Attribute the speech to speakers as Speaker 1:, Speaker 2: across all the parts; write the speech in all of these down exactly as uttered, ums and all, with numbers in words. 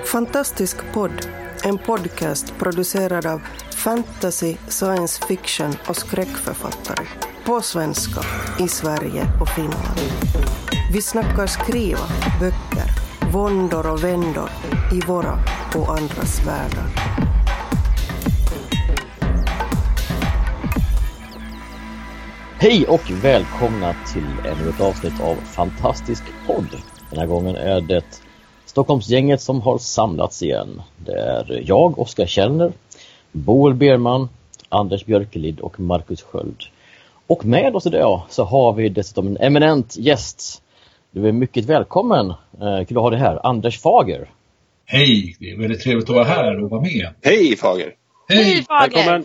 Speaker 1: Fantastisk podd, en podcast producerad av fantasy, science fiction och skräckförfattare. På svenska, i Sverige och Finland. Vi snackar skriva, böcker, våndor och vändor i våra och andras världar.
Speaker 2: Hej och välkomna till ännu ett avsnitt av Fantastisk podd. Den här gången är det Stockholmsgänget som har samlats igen. Det är jag, Oskar Källner, Boel Berman, Anders Björkelid och Marcus Sköld. Och med oss idag så har vi dessutom en eminent gäst. Du är mycket välkommen. Eh, kul att ha dig här. Anders Fager.
Speaker 3: Hej, det är väldigt trevligt att vara här och vara med.
Speaker 4: Hej Fager.
Speaker 5: Hej, Hej Fager.
Speaker 2: Välkommen.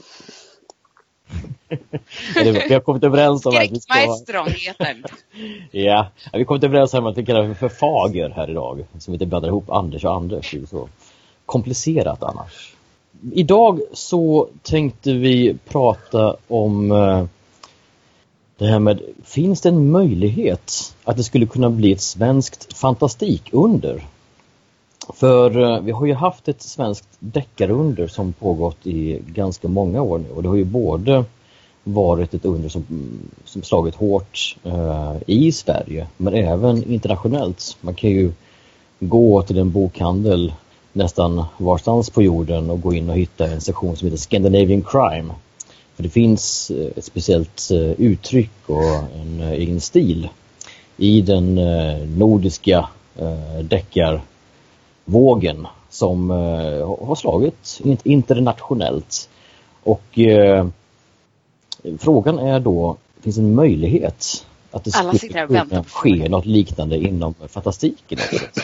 Speaker 2: Vi har kommit överens om att vi ska... Ja, vi har kommit överens om att vi kallar det för Fager här idag. Så vi inte blandar ihop Anders och Anders. Det är så komplicerat annars. Idag så tänkte vi prata om det här med, finns det en möjlighet att det skulle kunna bli ett svenskt fantastikunder? För vi har ju haft ett svenskt deckarunder som pågått i ganska många år nu. Och det har ju både varit ett under som, som slagit hårt eh, i Sverige, men även internationellt. Man kan ju gå till en bokhandel nästan varstans på jorden och gå in och hitta en sektion som heter Scandinavian Crime. För det finns ett speciellt eh, uttryck och en eh, egen stil i den eh, nordiska eh, deckarvågen som eh, har slagit internationellt. Och eh, frågan är då, finns en möjlighet att det
Speaker 5: Alla
Speaker 2: skulle kunna ske något liknande inom fantastiken?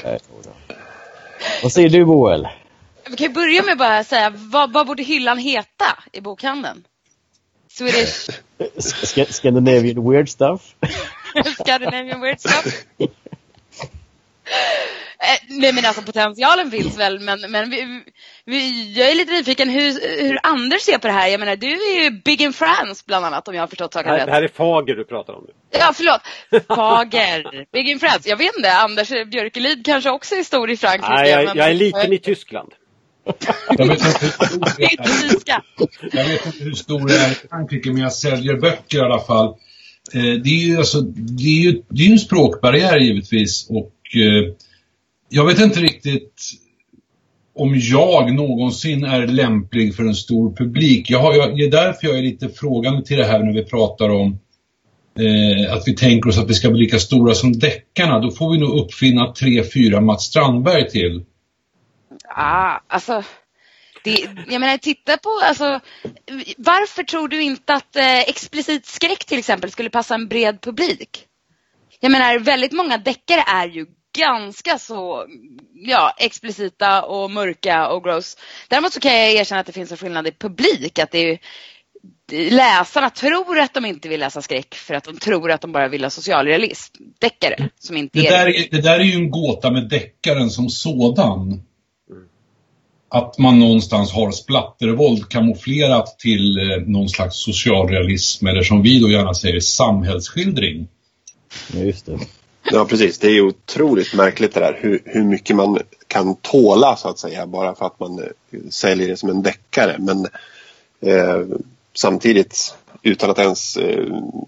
Speaker 2: Vad säger du, Boel?
Speaker 5: Vi kan börja med bara säga, vad, vad borde hyllan heta i bokhandeln? Swedish...
Speaker 2: Sk- Scandinavian Weird Stuff.
Speaker 5: Scandinavian Weird Stuff. Nej, men alltså potentialen finns väl, men, men vi, vi, jag är lite nyfiken hur, hur Anders ser på det här. Jag menar, du är ju big in France bland annat, om jag har förstått saken rätt.
Speaker 6: Det här är Fager du pratar om nu.
Speaker 5: Ja, förlåt. Fager, big in France. Jag vet inte, Anders Björkelid kanske också är stor i Frankrike.
Speaker 6: Nej, jag,
Speaker 5: men...
Speaker 6: jag är liten i Tyskland.
Speaker 3: Jag vet inte hur stor det är. Jag vet inte hur stor det är i Frankrike, men jag säljer böcker i alla fall. Eh, det är ju alltså, det är ju, det är ju en språkbarriär givetvis, och eh, jag vet inte riktigt om jag någonsin är lämplig för en stor publik. Jag har, jag, det är därför jag är lite frågande till det här när vi pratar om eh, att vi tänker oss att vi ska bli lika stora som deckarna. Då får vi nog uppfinna tre, fyra Mats Strandberg till.
Speaker 5: Ja, alltså... Det, jag menar, titta på, alltså, varför tror du inte att eh, explicit skräck till exempel skulle passa en bred publik? Jag menar, väldigt många deckare är ju ganska så, ja, explicita och mörka och gross. Däremot så kan jag erkänna att det finns en skillnad i publik, att det är, läsarna tror att de inte vill läsa skräck för att de tror att de bara vill ha socialrealism. Deckare som inte
Speaker 3: det
Speaker 5: är
Speaker 3: där är, det där är ju en gåta med deckaren som sådan. Att man någonstans har splattervåld kamouflerat till eh, någon slags socialrealism, eller som vi då gärna säger, samhällsskildring.
Speaker 2: Ja, just det.
Speaker 4: Ja, precis. Det är ju otroligt märkligt det där. Hur, hur mycket man kan tåla, så att säga, bara för att man eh, säljer det som en deckare. Men eh, samtidigt, utan att ens eh,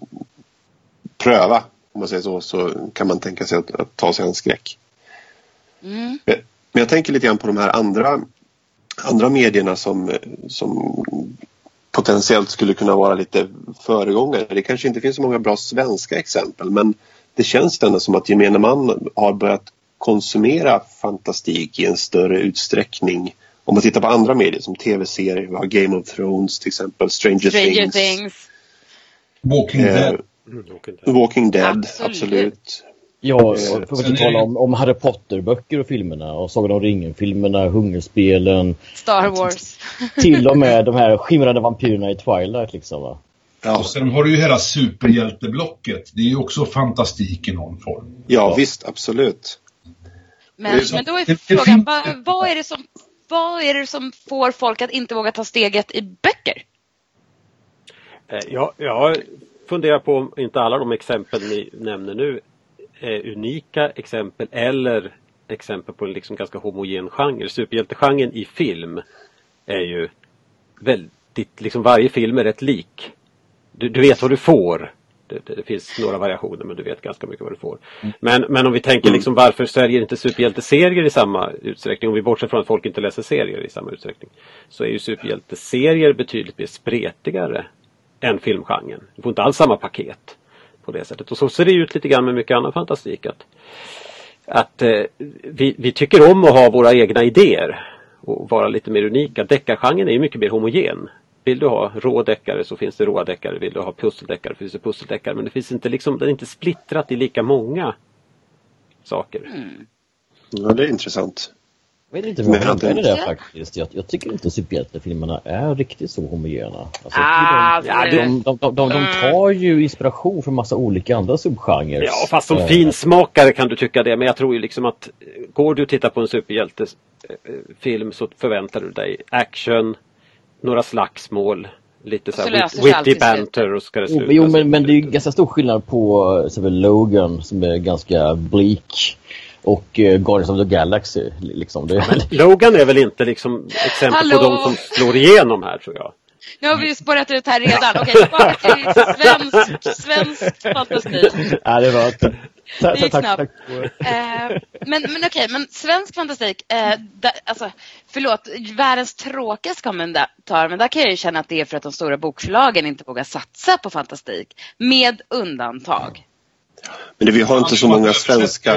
Speaker 4: pröva, om man säger så, så kan man tänka sig att, att ta sig en skräck. Mm. Men jag tänker lite grann på de här andra andra medierna som, som potentiellt skulle kunna vara lite föregångare. Det kanske inte finns så många bra svenska exempel, men det känns ändå som att gemene man har börjat konsumera fantastik i en större utsträckning. Om man tittar på andra medier som tv-serier, vi har Game of Thrones till exempel, Stranger,
Speaker 5: Stranger
Speaker 4: Things,
Speaker 5: Things.
Speaker 3: Walking
Speaker 4: eh,
Speaker 3: Dead.
Speaker 4: Walking Dead,
Speaker 5: absolut.
Speaker 4: absolut.
Speaker 2: Ja, får vi inte tala om, om Harry Potter-böcker och filmerna och Sagan om ringen-filmerna, Hungerspelen,
Speaker 5: Star Wars.
Speaker 2: Till och med de här skimrande vampyrerna i Twilight liksom, va?
Speaker 3: Ja. Och sen har du ju hela superhjälteblocket. Det är ju också fantastik i någon form.
Speaker 4: Ja, ja. Visst, absolut.
Speaker 5: Men,
Speaker 3: så,
Speaker 5: men då är frågan, vad, vad, är det som, vad är det som får folk att inte våga ta steget i böcker?
Speaker 6: Ja, jag funderar på om inte alla de exempel ni nämner nu är unika exempel eller exempel på en liksom ganska homogen genre. Superhjältegenren i film är ju väldigt, liksom varje film är rätt lik. Du, du vet vad du får. Det, det, det finns några variationer, men du vet ganska mycket vad du får. Men, men om vi tänker liksom, varför säljer inte superhjälteserier i samma utsträckning? Om vi bortser från att folk inte läser serier i samma utsträckning, så är ju superhjälteserier betydligt mer spretigare än filmgenren. Du får inte alls samma paket på det sättet. Och så ser det ut lite grann med mycket annan fantastik. Att, att eh, vi, vi tycker om att ha våra egna idéer och vara lite mer unika. Deckargenren är ju mycket mer homogen. Vill du ha rådeckare så finns det rådeckare. Vill du ha pusseldeckare finns det pusseldeckare. Men det finns inte liksom, det är inte splittrat i lika många saker. Mm.
Speaker 4: Ja, det är intressant.
Speaker 2: Jag vet inte vad jag hade... det där faktiskt. Jag, jag tycker inte superhjältefilmerna är riktigt så homogena. Alltså,
Speaker 5: ah,
Speaker 2: de, ja, de, de, de, de, de tar ju inspiration från massa olika andra subgenrer.
Speaker 6: Ja, fast som finsmakare kan du tycka det. Men jag tror ju liksom att går du och tittar på en superhjältefilm så förväntar du dig action, några slagsmål, lite så här witty banter och ska det sluta.
Speaker 2: Jo, men, men det är ju ganska stor skillnad på så Logan som är ganska bleak och uh, Guardians of the Galaxy liksom. Det är...
Speaker 6: Men Logan är väl inte liksom exempel Hallå? På de som slår igenom här, tror jag.
Speaker 5: Nu har vi ju spårat ut här redan. Okej, tillbaka till svensk, svensk fantastik.
Speaker 2: Ja, det var inte...
Speaker 5: Det gick snabbt. Eh, men men okej, men svensk fantastik, eh, da, alltså, förlåt, världens tråkigaste kommentar, men där kan jag ju känna att det är för att de stora bokförlagen inte vågar satsa på fantastik, med undantag.
Speaker 4: Men det, vi har inte så många svenska...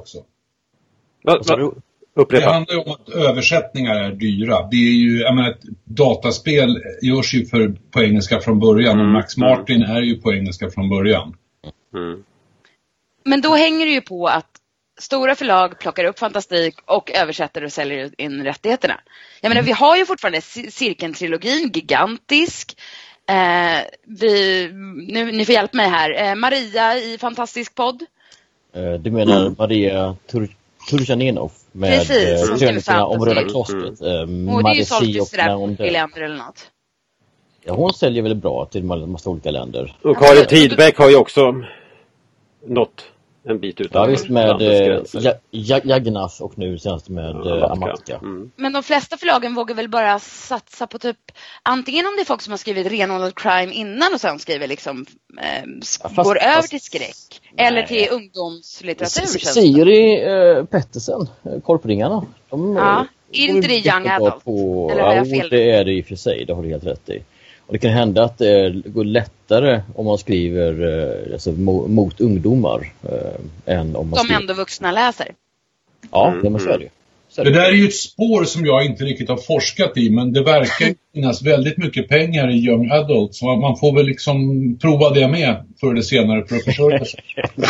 Speaker 6: Va, va? Upprepa.
Speaker 3: Det handlar ju om att översättningar är dyra. Det är ju, jag menar, ett dataspel görs ju för, på engelska från början. Mm. Och Max Martin är ju på engelska från början.
Speaker 6: Mm.
Speaker 5: Men då hänger det ju på att stora förlag plockar upp fantastik och översätter och säljer in rättigheterna. Jag menar, mm. vi har ju fortfarande Cirkeltrilogin, gigantisk. Eh, vi, nu, ni får hjälpa mig här. Eh, Maria i Fantastisk podd.
Speaker 2: Eh, du menar mm. Maria Tur- Turchaninov med krönikorna om Röda klostret.
Speaker 5: Mm. Eh, och det är ju sålt i sådär i länder eller något.
Speaker 2: Ja, hon säljer väl bra till en massa olika länder.
Speaker 6: Och Karin Tidbeck har ju också nått en bit utan.
Speaker 2: Ja, visst, med äh, Jagnas och nu senast med ja, äh, Amatka.
Speaker 5: Mm. Men de flesta förlagen vågar väl bara satsa på typ, antingen om det är folk som har skrivit renodlad crime innan och sen skriver liksom äh, sk- ja, fast, går över till skräck. Nej. Eller till ungdomslitteratur.
Speaker 2: S- Siri äh, Pettersen, Korpringarna. De,
Speaker 5: ja, är inte det Young Adult?
Speaker 2: På, eller har jag fel? Ja, det är det i och för sig, det har du helt rätt i. Och det kan hända att det går lättare om man skriver alltså, mot ungdomar äh, än om man
Speaker 5: som
Speaker 2: skriver...
Speaker 5: ändå vuxna läser.
Speaker 2: Ja, mm. det, men så är det ju. Så är det.
Speaker 3: Det där är ju ett spår som jag inte riktigt har forskat i, men det verkar finnas väldigt mycket pengar i Young Adult, så man får väl liksom prova det med förr eller senare för att försörja sig.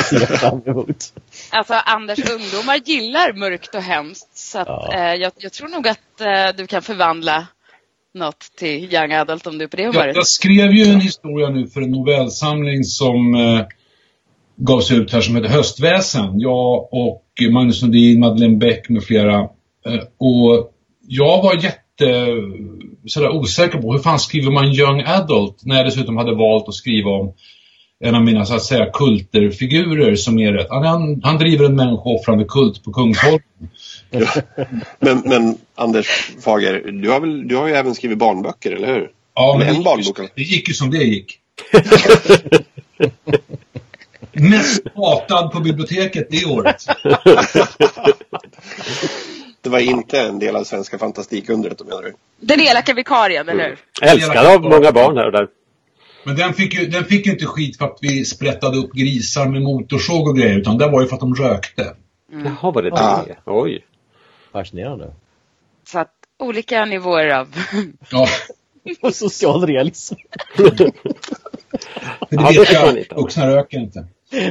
Speaker 5: Alltså, Anders ungdomar gillar mörkt och hemskt, så att, ja. eh, jag, jag tror nog att eh, du kan förvandla något till Young Adult om du är på det humöret.
Speaker 3: Jag, jag skrev ju en historia nu för en novellsamling som eh, gavs ut här som heter Höstväsen. Jag och Magnus Nordin, Madeleine Bäck med flera. Eh, och jag var jätte sådär osäker på hur fan skriver man Young Adult när jag dessutom hade valt att skriva om en av mina så att säga kulterfigurer som är rätt. Han, han driver en människooffrande kult på Kungsholmen.
Speaker 4: men, men Anders Fager, du har, väl, du har ju även skrivit barnböcker, eller hur?
Speaker 3: Ja, men
Speaker 4: en
Speaker 3: det,
Speaker 4: barnbok.
Speaker 3: Gick, det gick ju som det gick. Mest hatad på biblioteket det året.
Speaker 4: Det var inte en del av svenska fantastikundret, menar du?
Speaker 5: Den elaka vikarien, eller hur?
Speaker 6: Mm. Älskad av många barn här och där.
Speaker 3: Men den fick ju den fick ju inte skit för att vi sprättade upp grisar med motorsåg och grejer, utan det var ju för att de rökte.
Speaker 6: Mm. Jaha, var det ah. det? Oj.
Speaker 2: Fascinerande.
Speaker 5: Så att olika nivåer av...
Speaker 3: Ja.
Speaker 2: Och social realism.
Speaker 3: Det ja, vet jag, vuxna röker inte.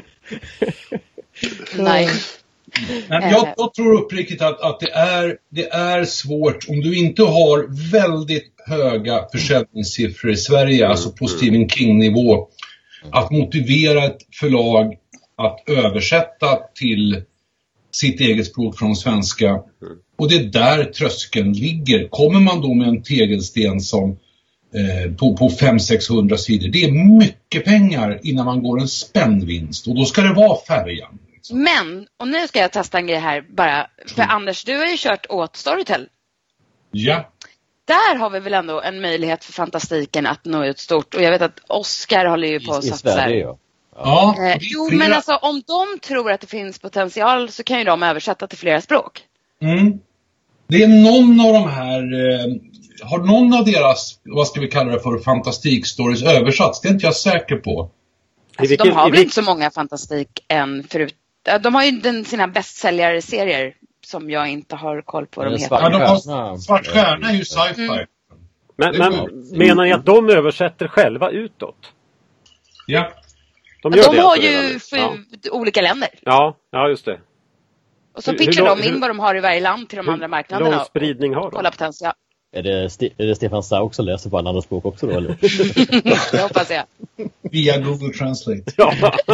Speaker 5: Nej.
Speaker 3: Men jag, jag tror uppriktigt att, att det, är, det är svårt om du inte har väldigt höga försäljningssiffror i Sverige, mm. alltså på Stephen King-nivå, att motivera ett förlag att översätta till sitt eget språk från svenska. Mm. Och det är där tröskeln ligger. Kommer man då med en tegelsten som eh, på, på fem till sexhundra sidor, det är mycket pengar innan man går en spännvinst. Och då ska det vara färjan.
Speaker 5: Men, och nu ska jag testa en grej här bara. För mm. Anders, du har ju kört åt Storytel.
Speaker 3: Ja.
Speaker 5: Där har vi väl ändå en möjlighet för fantastiken att nå ut stort. Och jag vet att Oscar håller ju på att satsa.
Speaker 2: Sverige, ja.
Speaker 3: Ja,
Speaker 5: eh, jo, men alltså om de tror att det finns potential så kan ju de översätta till flera språk.
Speaker 3: Mm. Det är någon av de här... Eh, har någon av deras, vad ska vi kalla det för, fantastikstories översatts? Det är inte jag säker på.
Speaker 5: Alltså, vilken, de har väl vilken... inte så många fantastik än förut. De har ju den, sina bästsäljare-serier som jag inte har koll på. De heter.
Speaker 3: Ja, de har, Svart stjärna är ju sci-fi. Mm.
Speaker 6: Men, men menar ni att de översätter själva utåt?
Speaker 3: Ja.
Speaker 6: De,
Speaker 5: de har ju sju ja. olika länder.
Speaker 6: Ja, ja, just det.
Speaker 5: Och så pitchar de in hur, vad de har i varje land till de
Speaker 6: hur,
Speaker 5: andra marknaderna.
Speaker 6: Hur spridning har de?
Speaker 5: Kolla potential.
Speaker 2: Är det, St- är det Stefan Sauk som läser på alla andra språk också då, eller?
Speaker 5: Det hoppas jag.
Speaker 3: Via Google Translate. Ja.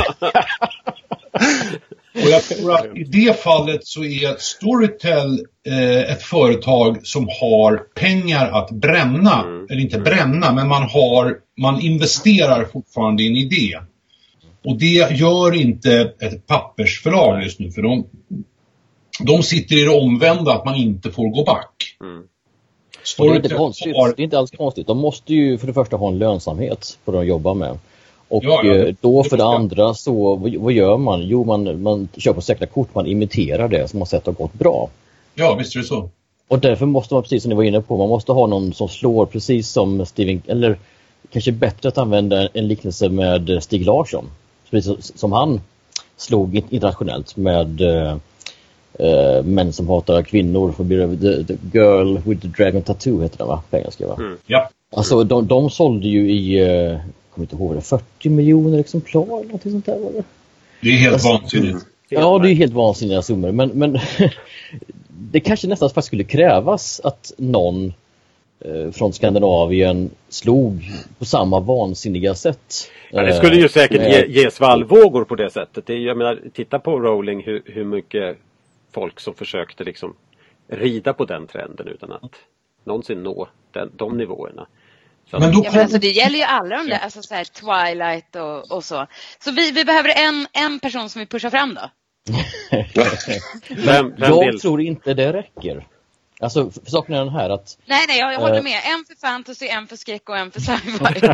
Speaker 3: Och jag tror att i det fallet så är Storytel eh, ett företag som har pengar att bränna. Mm. Eller inte bränna, men man, har, man investerar fortfarande i en idé. Och det gör inte ett pappersförlag just nu. För de, de sitter i det omvända att man inte får gå back.
Speaker 2: Mm. Det är, inte konstigt. Har... det är inte alls konstigt. De måste ju för det första ha en lönsamhet för de jobbar med. Och ja, ja. då för det andra så, vad, vad gör man? Jo, man, man kör på säkra kort, man imiterar det som har sett har gått bra.
Speaker 3: Ja, visst är det så.
Speaker 2: Och därför måste man, precis som ni var inne på, man måste ha någon som slår precis som Steven, eller kanske bättre att använda en liknelse med Stig Larsson. Precis som han slog internationellt med uh, uh, män som hatar kvinnor. The, the Girl with the Dragon Tattoo heter den, va? På engelska, va?
Speaker 3: Mm. Ja.
Speaker 2: Alltså de, de sålde ju i uh, kommer inte ihåg det, fyrtio miljoner exemplar eller någonting sånt där, var det?
Speaker 3: Det är helt alltså, vansinnigt.
Speaker 2: Ja, det är helt vansinniga summor. Men, men det kanske nästan faktiskt skulle krävas att någon eh, från Skandinavien slog på samma vansinniga sätt.
Speaker 6: Ja, det skulle ju säkert eh, ge, ge svallvågor på det sättet. Det är, jag menar, titta på Rowling, hur, hur mycket folk som försökte liksom rida på den trenden utan att någonsin nå den, de nivåerna.
Speaker 5: Men då ja, men alltså, det gäller ju alla de där, alltså så här, Twilight och, och så. Så vi, vi behöver en, en person som vi pushar fram då.
Speaker 2: vem, vem jag vill? tror inte det räcker. Alltså, för saken är den här att...
Speaker 5: Nej, nej, jag, jag håller med. En för fantasy, en för skräck och en för sci-fi.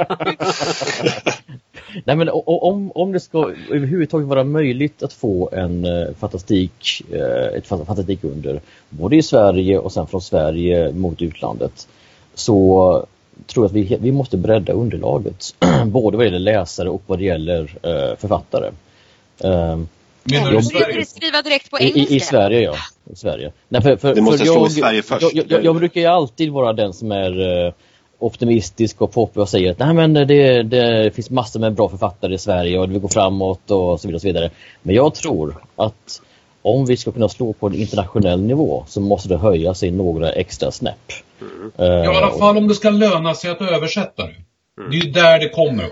Speaker 2: Nej, men om, om det ska överhuvudtaget vara möjligt att få en uh, fantastik, uh, ett fantastik under både i Sverige och sen från Sverige mot utlandet, så tror jag att vi, vi måste bredda underlaget. Både vad gäller läsare och vad det gäller uh, författare. Uh,
Speaker 5: Men du skulle skriva direkt på engelska?
Speaker 2: I, i Sverige, ja. I Sverige. Nej, för, för,
Speaker 4: det måste
Speaker 2: för
Speaker 4: stå
Speaker 2: jag,
Speaker 4: i Sverige först.
Speaker 2: Jag, jag, jag brukar ju alltid vara den som är uh, optimistisk och poppig och säger att nej, men det, det finns massor med bra författare i Sverige och det går framåt och så vidare och så vidare. Men jag tror att om vi ska kunna slå på en internationell nivå så måste det höja sig några extra snäpp.
Speaker 3: Mm. Uh, ja, i alla fall om det ska löna sig att översätta det. Mm. Det är ju där det kommer.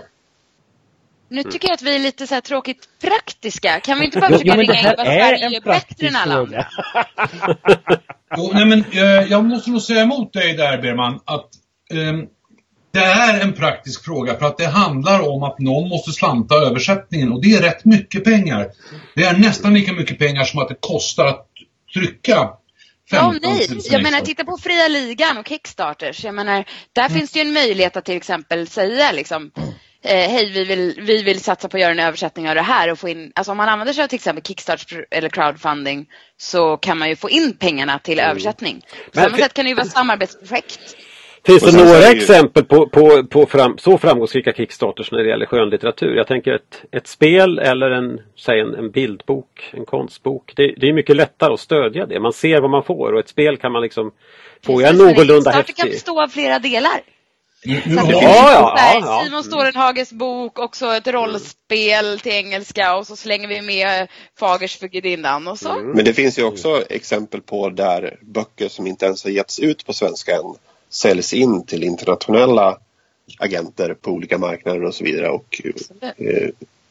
Speaker 5: Nu tycker jag att vi är lite så här tråkigt praktiska. Kan vi inte bara försöka ringa in vad Sverige är bättre än alla andra?
Speaker 3: Jo, nej, men uh, jag måste nog säga emot dig där, Berman, att um, det är en praktisk fråga för att det handlar om att någon måste slanta översättningen och det är rätt mycket pengar. Det är nästan lika mycket pengar som att det kostar att trycka.
Speaker 5: Ja, nej. Jag menar, titta på Fria Ligan och Kickstarters. Jag menar, där mm. finns det ju en möjlighet att till exempel säga liksom, eh, hej, vi vill, vi vill satsa på att göra en översättning av det här och få in, alltså om man använder sig av till exempel Kickstarter eller crowdfunding så kan man ju få in pengarna till mm. översättning. På samma sätt kan det ju vara samarbetsprojekt.
Speaker 6: Finns det några exempel på, på, på fram, så framgångsrika Kickstarters när det gäller skönlitteratur? Jag tänker ett, ett spel eller en, säg en, en bildbok, en konstbok. Det, det är mycket lättare att stödja det. Man ser vad man får och ett spel kan man liksom få en någorlunda häftig.
Speaker 5: Det kan bestå av flera delar.
Speaker 3: Mm.
Speaker 5: Så att det ja, ja, ja, ja. Simon Storenhages bok, också ett rollspel till engelska och så slänger vi med Fagers för gudinnan och så.
Speaker 4: Mm. Men det finns ju också exempel på där böcker som inte ens har getts ut på svenska än säljs in till internationella agenter på olika marknader och så vidare och eh,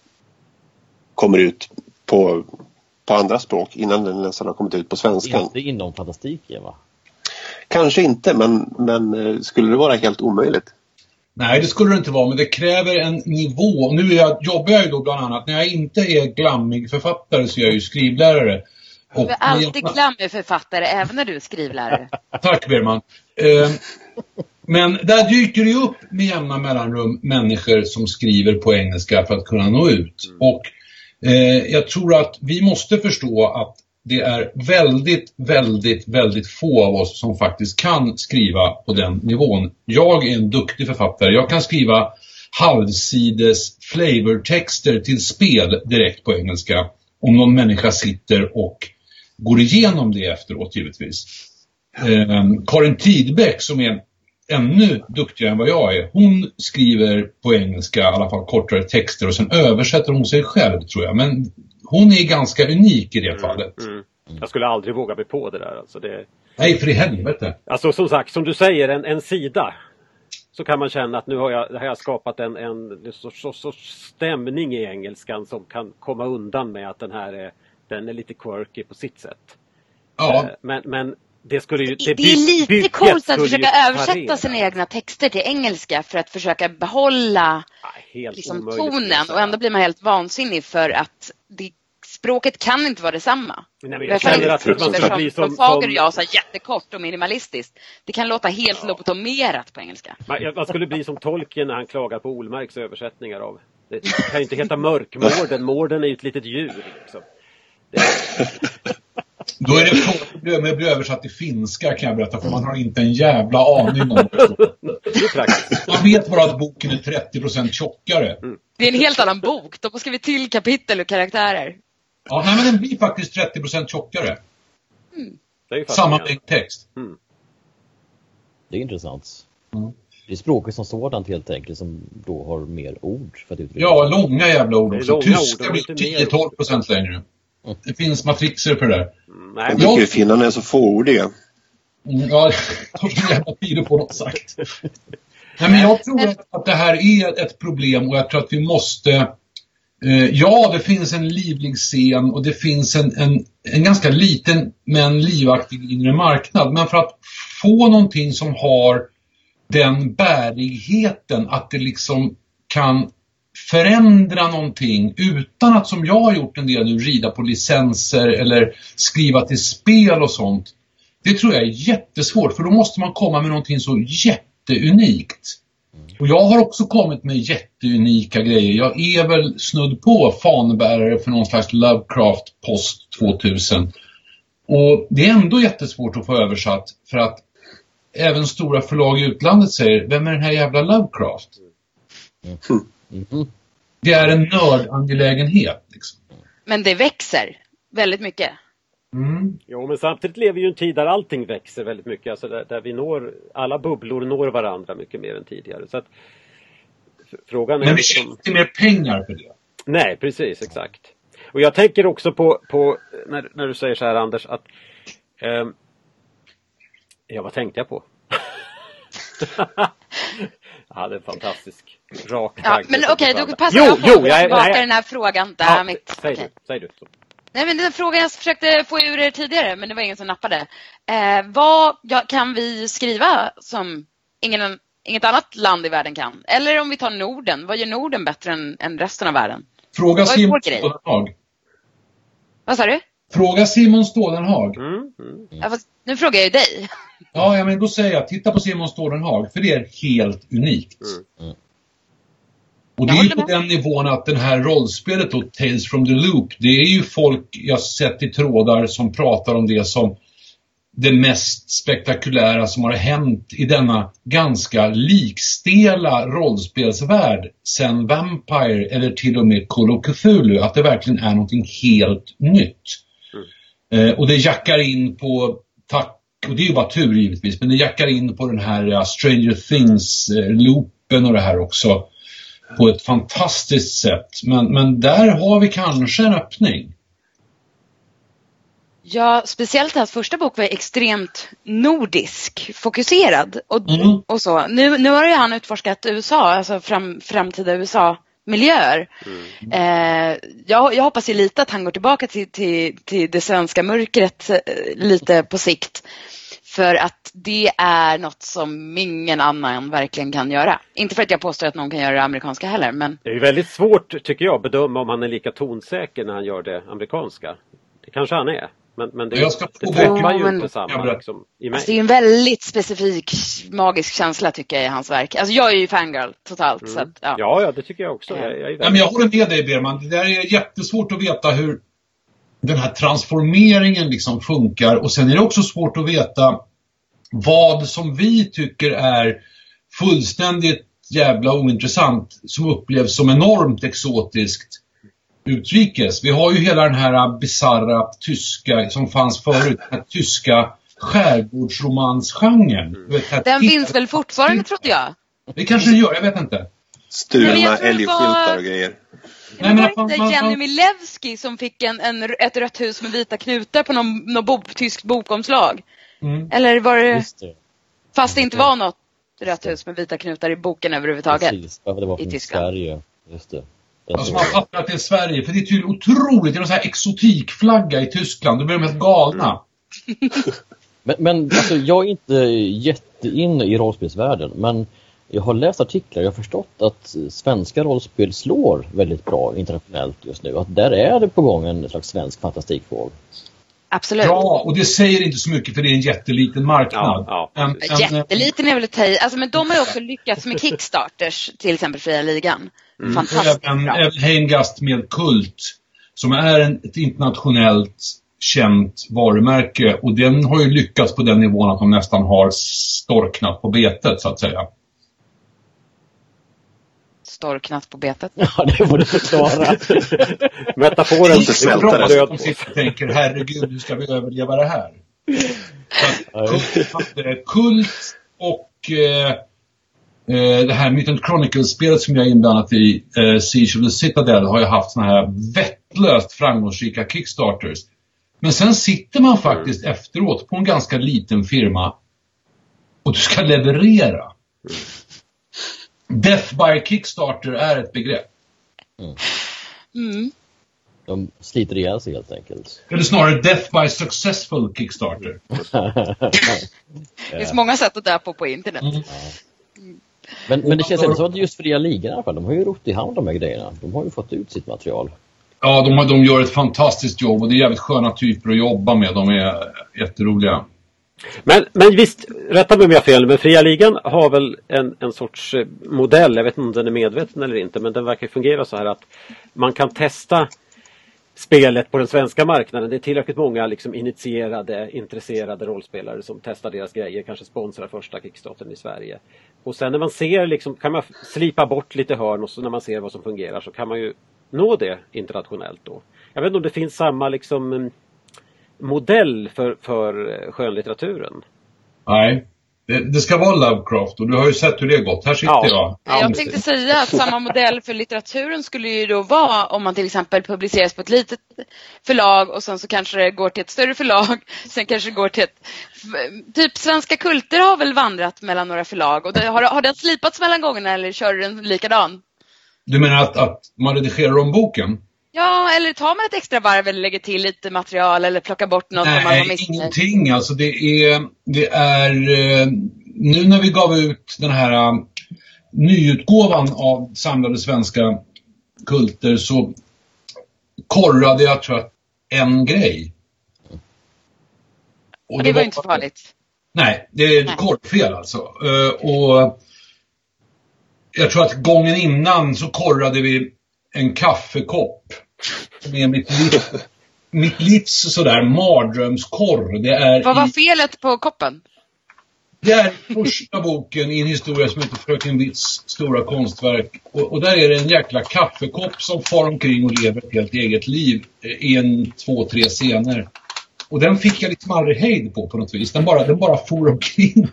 Speaker 4: kommer ut på, på andra språk innan den nästan har kommit ut på svenska.
Speaker 2: Inte inom fantastik, va?
Speaker 4: Kanske inte, men, men skulle det vara helt omöjligt?
Speaker 3: Nej, det skulle det inte vara, men det kräver en nivå. Nu är jag, jobbar jag ju då bland annat, när jag inte är glammig författare så är jag ju skrivlärare.
Speaker 5: Och du är alltid jag... glammig författare, även när du är skrivlärare.
Speaker 3: Tack Berman. Eh, men där dyker det upp med jämna mellanrum människor som skriver på engelska för att kunna nå ut. Mm. Och eh, jag tror att vi måste förstå att det är väldigt, väldigt, väldigt få av oss som faktiskt kan skriva på den nivån. Jag är en duktig författare. Jag kan skriva halvsides flavortexter till spel direkt på engelska. Om någon människa sitter och går igenom det efteråt, givetvis. Eh, Karin Tidbeck, som är ännu duktigare än vad jag är, hon skriver på engelska i alla fall kortare texter och sen översätter hon sig själv, tror jag. Men hon är ganska unik i det mm, fallet. Mm.
Speaker 6: Jag skulle aldrig våga mig på det där. Alltså det...
Speaker 3: Nej, för i helvete.
Speaker 6: Alltså som sagt, som du säger, en, en sida. Så kan man känna att nu har jag, har jag skapat en, en sorts så, så stämning i engelskan som kan komma undan med att den här är, den är lite quirky på sitt sätt.
Speaker 3: Ja.
Speaker 6: Men, men det skulle ju...
Speaker 5: Det, det är lite coolt att försöka översätta sina egna texter till engelska för att försöka behålla ja, liksom, tonen. Och ändå blir man helt vansinnig för att det, språket kan inte vara detsamma.
Speaker 6: Nej, men jag känner att man ska bli som...
Speaker 5: Fager och jag sa jättekort och minimalistiskt. Det kan låta helt ja. lobotomerat på engelska.
Speaker 6: Man, man skulle bli som Tolkien när han klagar på Olmarks översättningar av... Det kan ju inte heta mörkmården. Mården är ju ett litet djur. Liksom. Det...
Speaker 3: Då är det problem med att bli översatt till finska, kan jag berätta, för man har inte en jävla aning om det.
Speaker 6: Det är praktiskt.
Speaker 3: Man vet bara att boken är trettio procent tjockare.
Speaker 5: Mm. Det är en helt annan bok. Då ska vi till kapitel och karaktärer.
Speaker 3: Ja, nej, men den blir faktiskt trettio procent tjockare.
Speaker 5: Mm.
Speaker 6: Det är
Speaker 3: samma mängd text.
Speaker 6: Mm.
Speaker 2: Det är intressant.
Speaker 3: Mm.
Speaker 2: Det är språket som sådant helt enkelt som då har mer ord för att uttrycka.
Speaker 3: Ja, långa jävla ord. Så tyska
Speaker 6: ord,
Speaker 3: blir tio till tolv procent längre. Mm. Det finns matrixer på det där.
Speaker 4: Mm, nej, jag tycker finnarna är så fåordiga.
Speaker 3: Mm, ja, jag tar så jävla tid på något sagt. Nej, men jag tror att, att det här är ett problem och jag tror att vi måste... Eh, ja, det finns en livlig scen och det finns en, en, en ganska liten men livaktig inre marknad. Men för att få någonting som har den bärigheten att det liksom kan förändra någonting utan att, som jag har gjort en del nu, rida på licenser eller skriva till spel och sånt. Det tror jag är jättesvårt, för då måste man komma med någonting så jätteunikt. Och jag har också kommit med jätteunika grejer. Jag är väl snudd på fanbärare för någon slags Lovecraft post tvåtusen. Och det är ändå jättesvårt att få översatt, för att även stora förlag i utlandet säger, vem är den här jävla Lovecraft? Mm. Mm-hmm. Det är en nördangelägenhet liksom.
Speaker 5: Men det växer väldigt mycket.
Speaker 3: Mm.
Speaker 6: Jo, men samtidigt lever ju en tid där allting växer väldigt mycket. Alltså där, där vi når, alla bubblor når varandra mycket mer än tidigare. Så att, frågan är...
Speaker 3: Men vi tjänar inte mer pengar för det.
Speaker 6: Nej, precis, exakt. Och jag tänker också på, på när, när du säger så här, Anders, att eh, ja, vad tänkte jag på? Ja, det är fantastisk rak
Speaker 5: ja, men okej, okay, då passar
Speaker 6: jo,
Speaker 5: jag på
Speaker 6: jo,
Speaker 5: att
Speaker 6: jag,
Speaker 5: baka
Speaker 6: nej,
Speaker 5: den här frågan där.
Speaker 6: Ja,
Speaker 5: mitt,
Speaker 6: säg,
Speaker 5: okay.
Speaker 6: du, säg du. Så.
Speaker 5: Nej, men den frågan jag försökte få ur er tidigare, men det var ingen som nappade. Eh, vad ja, kan vi skriva som ingen, inget annat land i världen kan? Eller om vi tar Norden, vad gör Norden bättre än, än resten av världen?
Speaker 3: Fråga Simon Stålenhag.
Speaker 5: Vad sa du?
Speaker 3: Fråga Simon Stålenhag.
Speaker 6: Mm, mm.
Speaker 5: Ja, fast nu frågar jag ju dig.
Speaker 3: Ja, ja, men då säger jag, titta på Simon Stålenhag, för det är helt unikt.
Speaker 6: Mm. Mm.
Speaker 3: Och det är ju på den nivån att den här rollspelet då, Tales from the Loop, det är ju folk jag sett i trådar som pratar om det som det mest spektakulära som har hänt i denna ganska likstela rollspelsvärld sen Vampire eller till och med Call of Cthulhu, att det verkligen är någonting helt nytt. Mm. Eh, och det jackar in på, tack, och det är ju bara tur givetvis, men det jackar in på den här uh, Stranger Things-loopen och det här också på ett fantastiskt sätt. Men, men där har vi kanske en öppning.
Speaker 5: Ja, speciellt att första bok var extremt nordisk, fokuserad och,
Speaker 3: mm.
Speaker 5: och så. Nu, nu har ju han utforskat U S A, alltså fram, framtida U S A-miljöer. Mm. Eh, jag, jag hoppas ju lite att han går tillbaka till, till, till det svenska mörkret eh, lite på sikt. För att det är något som ingen annan verkligen kan göra. Inte för att jag påstår att någon kan göra det amerikanska heller. Men...
Speaker 6: Det är ju väldigt svårt, tycker jag, att bedöma om han är lika tonsäker när han gör det amerikanska. Det kanske han är. Men, men det,
Speaker 3: jag ska
Speaker 6: det träffar ju inte samma liksom, i mig.
Speaker 5: Alltså, det är en väldigt specifik magisk känsla tycker jag i hans verk. Alltså jag är ju fangirl totalt. Mm. Så att, ja.
Speaker 6: ja, ja, det tycker jag också. Jag, jag, är
Speaker 3: väldigt... ja, men jag håller med dig, Berman. Det där är jättesvårt att veta hur den här transformeringen liksom funkar. Och sen är det också svårt att veta vad som vi tycker är fullständigt jävla ointressant som upplevs som enormt exotiskt utrikes. Vi har ju hela den här bizarra tyska som fanns förut, den här tyska skärgårdsromansgenren.
Speaker 5: Mm. Den finns väl fortfarande, trodde jag.
Speaker 3: Det kanske den gör, jag vet inte.
Speaker 4: Stulna älgskyltar och grejer.
Speaker 5: Det var Nej, men inte man, Jenny man... Milewski som fick en, en, ett rött hus med vita knutar på någon, någon bo, tysk bokomslag. Mm. Eller var det... det. Fast det inte var något rött hus med vita knutar i boken överhuvudtaget.
Speaker 2: Precis, ja, det var från Sverige. Just det.
Speaker 3: Alltså man fattar att det är Sverige, för det är tydligen otroligt. Det är någon sån här exotikflagga i Tyskland. Då blir de helt galna.
Speaker 2: men men alltså, jag är inte jätteinne i rollspelsvärlden, men jag har läst artiklar, jag har förstått att svenska rollspel slår väldigt bra internationellt just nu. Att där är det på gång en slags svensk fantastikvåg.
Speaker 5: Absolut.
Speaker 3: Ja, och det säger inte så mycket för det är en jätteliten marknad.
Speaker 6: Ja, ja.
Speaker 5: En, en, Jätteliten är väl ett tej. Alltså, men de har ju också lyckats med Kickstarters, till exempel Fria Ligan. Mm. Fantastiskt
Speaker 3: även,
Speaker 5: bra.
Speaker 3: Även Heimgast med Kult, som är en, ett internationellt känt varumärke. Och den har ju lyckats på den nivån att de nästan har storknat på betet, så att säga.
Speaker 5: Storknat på betet?
Speaker 2: Ja, det får du förklara.
Speaker 6: Metaforen
Speaker 3: inte svälta det. De sitter och tänker, herregud, hur ska vi överleva det här? Kult, kult och eh, det här Mutant Chronicles-spelet som jag är inblandat i, eh, Siege of the Citadel, har ju haft såna här vettlöst framgångsrika Kickstarters. Men sen sitter man faktiskt mm. efteråt på en ganska liten firma och du ska leverera. Death by Kickstarter är ett begrepp.
Speaker 2: Mm.
Speaker 5: Mm.
Speaker 2: De sliter ihjäl sig helt enkelt.
Speaker 3: Eller snarare Death by Successful Kickstarter.
Speaker 5: Det finns många sätt att dö på på internet. Mm.
Speaker 2: Ja. Men, men det känns inte så att just Fria Ligan i alla fall, de har ju rott i hand de här grejerna. De har ju fått ut sitt material.
Speaker 3: Ja, de, de gör ett fantastiskt jobb och det är jävligt sköna typer att jobba med. De är jätteroliga.
Speaker 6: Men, men visst, rätta mig om jag har fel, men Fria Ligan har väl en, en sorts modell, jag vet inte om den är medveten eller inte, men den verkar fungera så här att man kan testa spelet på den svenska marknaden. Det är tillräckligt många liksom initierade, intresserade rollspelare som testar deras grejer, kanske sponsrar första Kickstarten i Sverige. Och sen när man ser, liksom, kan man slipa bort lite hörn och så när man ser vad som fungerar så kan man ju nå det internationellt då. Jag vet inte om det finns samma liksom modell för, för skönlitteraturen.
Speaker 3: Nej, det, det ska vara Lovecraft och du har ju sett hur det gått. Här sitter ja. jag.
Speaker 5: Ja, jag tänkte säga att samma modell för litteraturen skulle ju då vara om man till exempel publiceras på ett litet förlag och sen så kanske det går till ett större förlag. Sen kanske det går till ett... Typ Svenska Kulter har väl vandrat mellan några förlag och det, har, har den slipats mellan gångerna eller kör den likadan?
Speaker 3: Du menar att, att man redigerar om boken?
Speaker 5: Ja, eller tar man ett extra varv eller lägger till lite material eller plockar bort något
Speaker 3: Nej,
Speaker 5: som man har missat?
Speaker 3: Nej, ingenting. Alltså det är, det är nu när vi gav ut den här nyutgåvan av samlade svenska kulter så korrade jag tror jag en grej.
Speaker 5: Och det, det var, var inte så farligt.
Speaker 3: Nej, det är nej. korrfel alltså. Och jag tror att gången innan så korrade vi en kaffekopp med mitt livs, mitt livs sådär mardrömskorr. Det är
Speaker 5: Vad var
Speaker 3: i,
Speaker 5: felet på koppen?
Speaker 3: Det är första boken i en historia som heter Fröken Witts stora konstverk. Och, och där är det en jäkla kaffekopp som far omkring och lever ett helt eget liv i en, två, tre scener. Och den fick jag liksom aldrig hejd på på något vis. Den bara, den bara for omkring.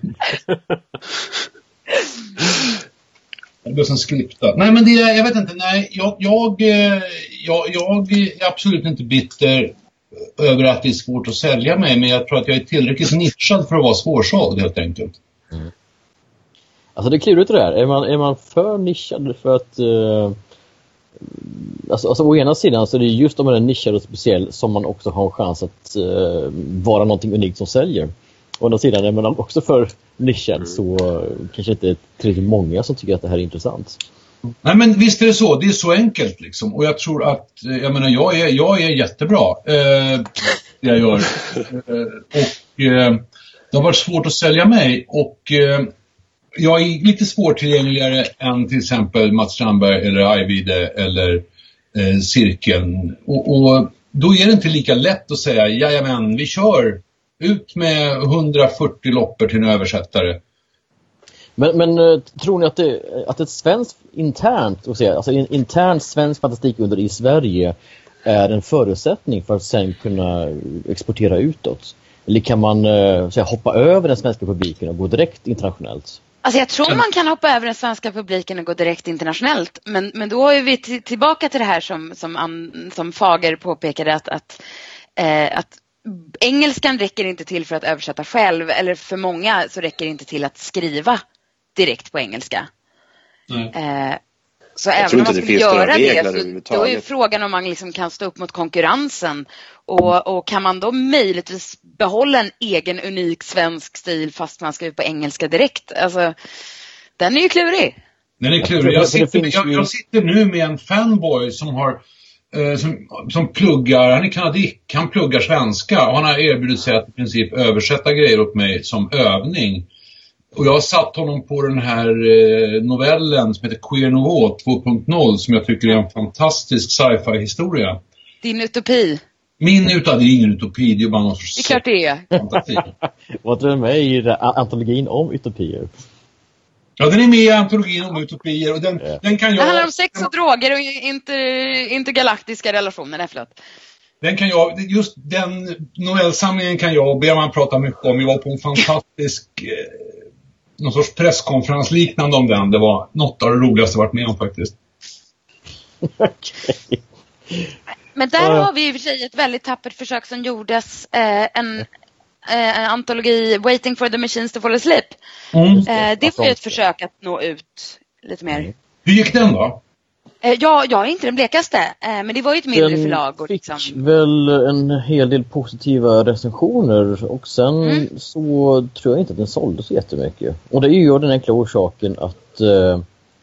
Speaker 3: Det blev som skriptat. Nej, men det, jag vet inte. Nej, jag, jag, jag, jag är absolut inte bitter över att det är svårt att sälja mig. Men jag tror att jag är tillräckligt nischad för att vara svårsåld helt enkelt.
Speaker 2: Mm. Alltså det är klurigt det där. Är man, är man för nischad för att... Uh, alltså, alltså å ena sidan så är det just om man är nischad och speciell som man också har en chans att uh, vara någonting unikt som säljer. Å andra sidan är man också för nischen mm. så kanske inte tillräckligt många som tycker att det här är intressant.
Speaker 3: Nej, men visst är det så. Det är så enkelt liksom. Och jag tror att, jag menar, jag är, jag är jättebra. Eh, det jag gör. Eh, och eh, det har varit svårt att sälja mig. Och eh, jag är lite svårtillgängligare än till exempel Mats Strandberg eller Ajvide eller eh, Cirkeln. Och, och då är det inte lika lätt att säga, jajamän, vi kör ut med hundrafyrtio loppor till en översättare.
Speaker 2: Men, men tror ni att, det, att ett svenskt internt, alltså internt svensk fantastik under i Sverige är en förutsättning för att sen kunna exportera utåt? Eller kan man säga, hoppa över den svenska publiken och gå direkt internationellt?
Speaker 5: Alltså jag tror man kan hoppa över den svenska publiken och gå direkt internationellt. Men, men då är vi t- tillbaka till det här som, som, an, som Fager påpekade att, att, eh, att engelskan räcker inte till för att översätta själv. Eller för många så räcker det inte till att skriva direkt på engelska. Mm. Eh, så
Speaker 4: jag
Speaker 5: även om man skulle göra det så då är ju frågan om man liksom kan stå upp mot konkurrensen. Och, och kan man då möjligtvis behålla en egen unik svensk stil fast man ska ut på engelska direkt? Alltså, den är ju klurig.
Speaker 3: Den är klurig. Jag sitter, jag, jag sitter nu med en fanboy som har eh, som, som pluggar, han är kanadik, han pluggar svenska och han har erbjudit sig att i princip översätta grejer åt mig som övning. Och jag har satt honom på den här eh, novellen som heter Queer Nouveau två punkt noll som jag tycker är en fantastisk sci-fi-historia.
Speaker 5: Din utopi.
Speaker 3: Min utopi, det är ingen utopi, det är bara någon sorts...
Speaker 5: Det är klart det är.
Speaker 2: Vad tror du med i antologin om utopier?
Speaker 3: Ja, den är med i antologin om utopier och den, yeah. den kan jag...
Speaker 5: Det handlar om sex och droger och inter, intergalaktiska relationer, förlåt.
Speaker 3: Den kan jag, just den novellsamlingen kan jag och Berman prata mycket om. Jag var på en fantastisk... Eh, någon sorts presskonferens liknande om den. Det var något av det roligaste jag varit med om faktiskt.
Speaker 2: Okej.
Speaker 5: Men där har vi i och för sig ett väldigt tappert försök som gjordes. Eh, en, eh, en antologi Waiting for the Machines to Fall Asleep. Mm. Eh, det var ju ett försök att nå ut lite mer.
Speaker 3: Hur gick den då?
Speaker 5: Eh, ja, jag är inte den blekaste. Eh, men det var ju ett mindre
Speaker 2: den
Speaker 5: förlag. Och
Speaker 2: fick
Speaker 5: liksom...
Speaker 2: väl en hel del positiva recensioner. Och sen mm. så tror jag inte att den sålde så jättemycket. Och det är ju den enkla orsaken att eh,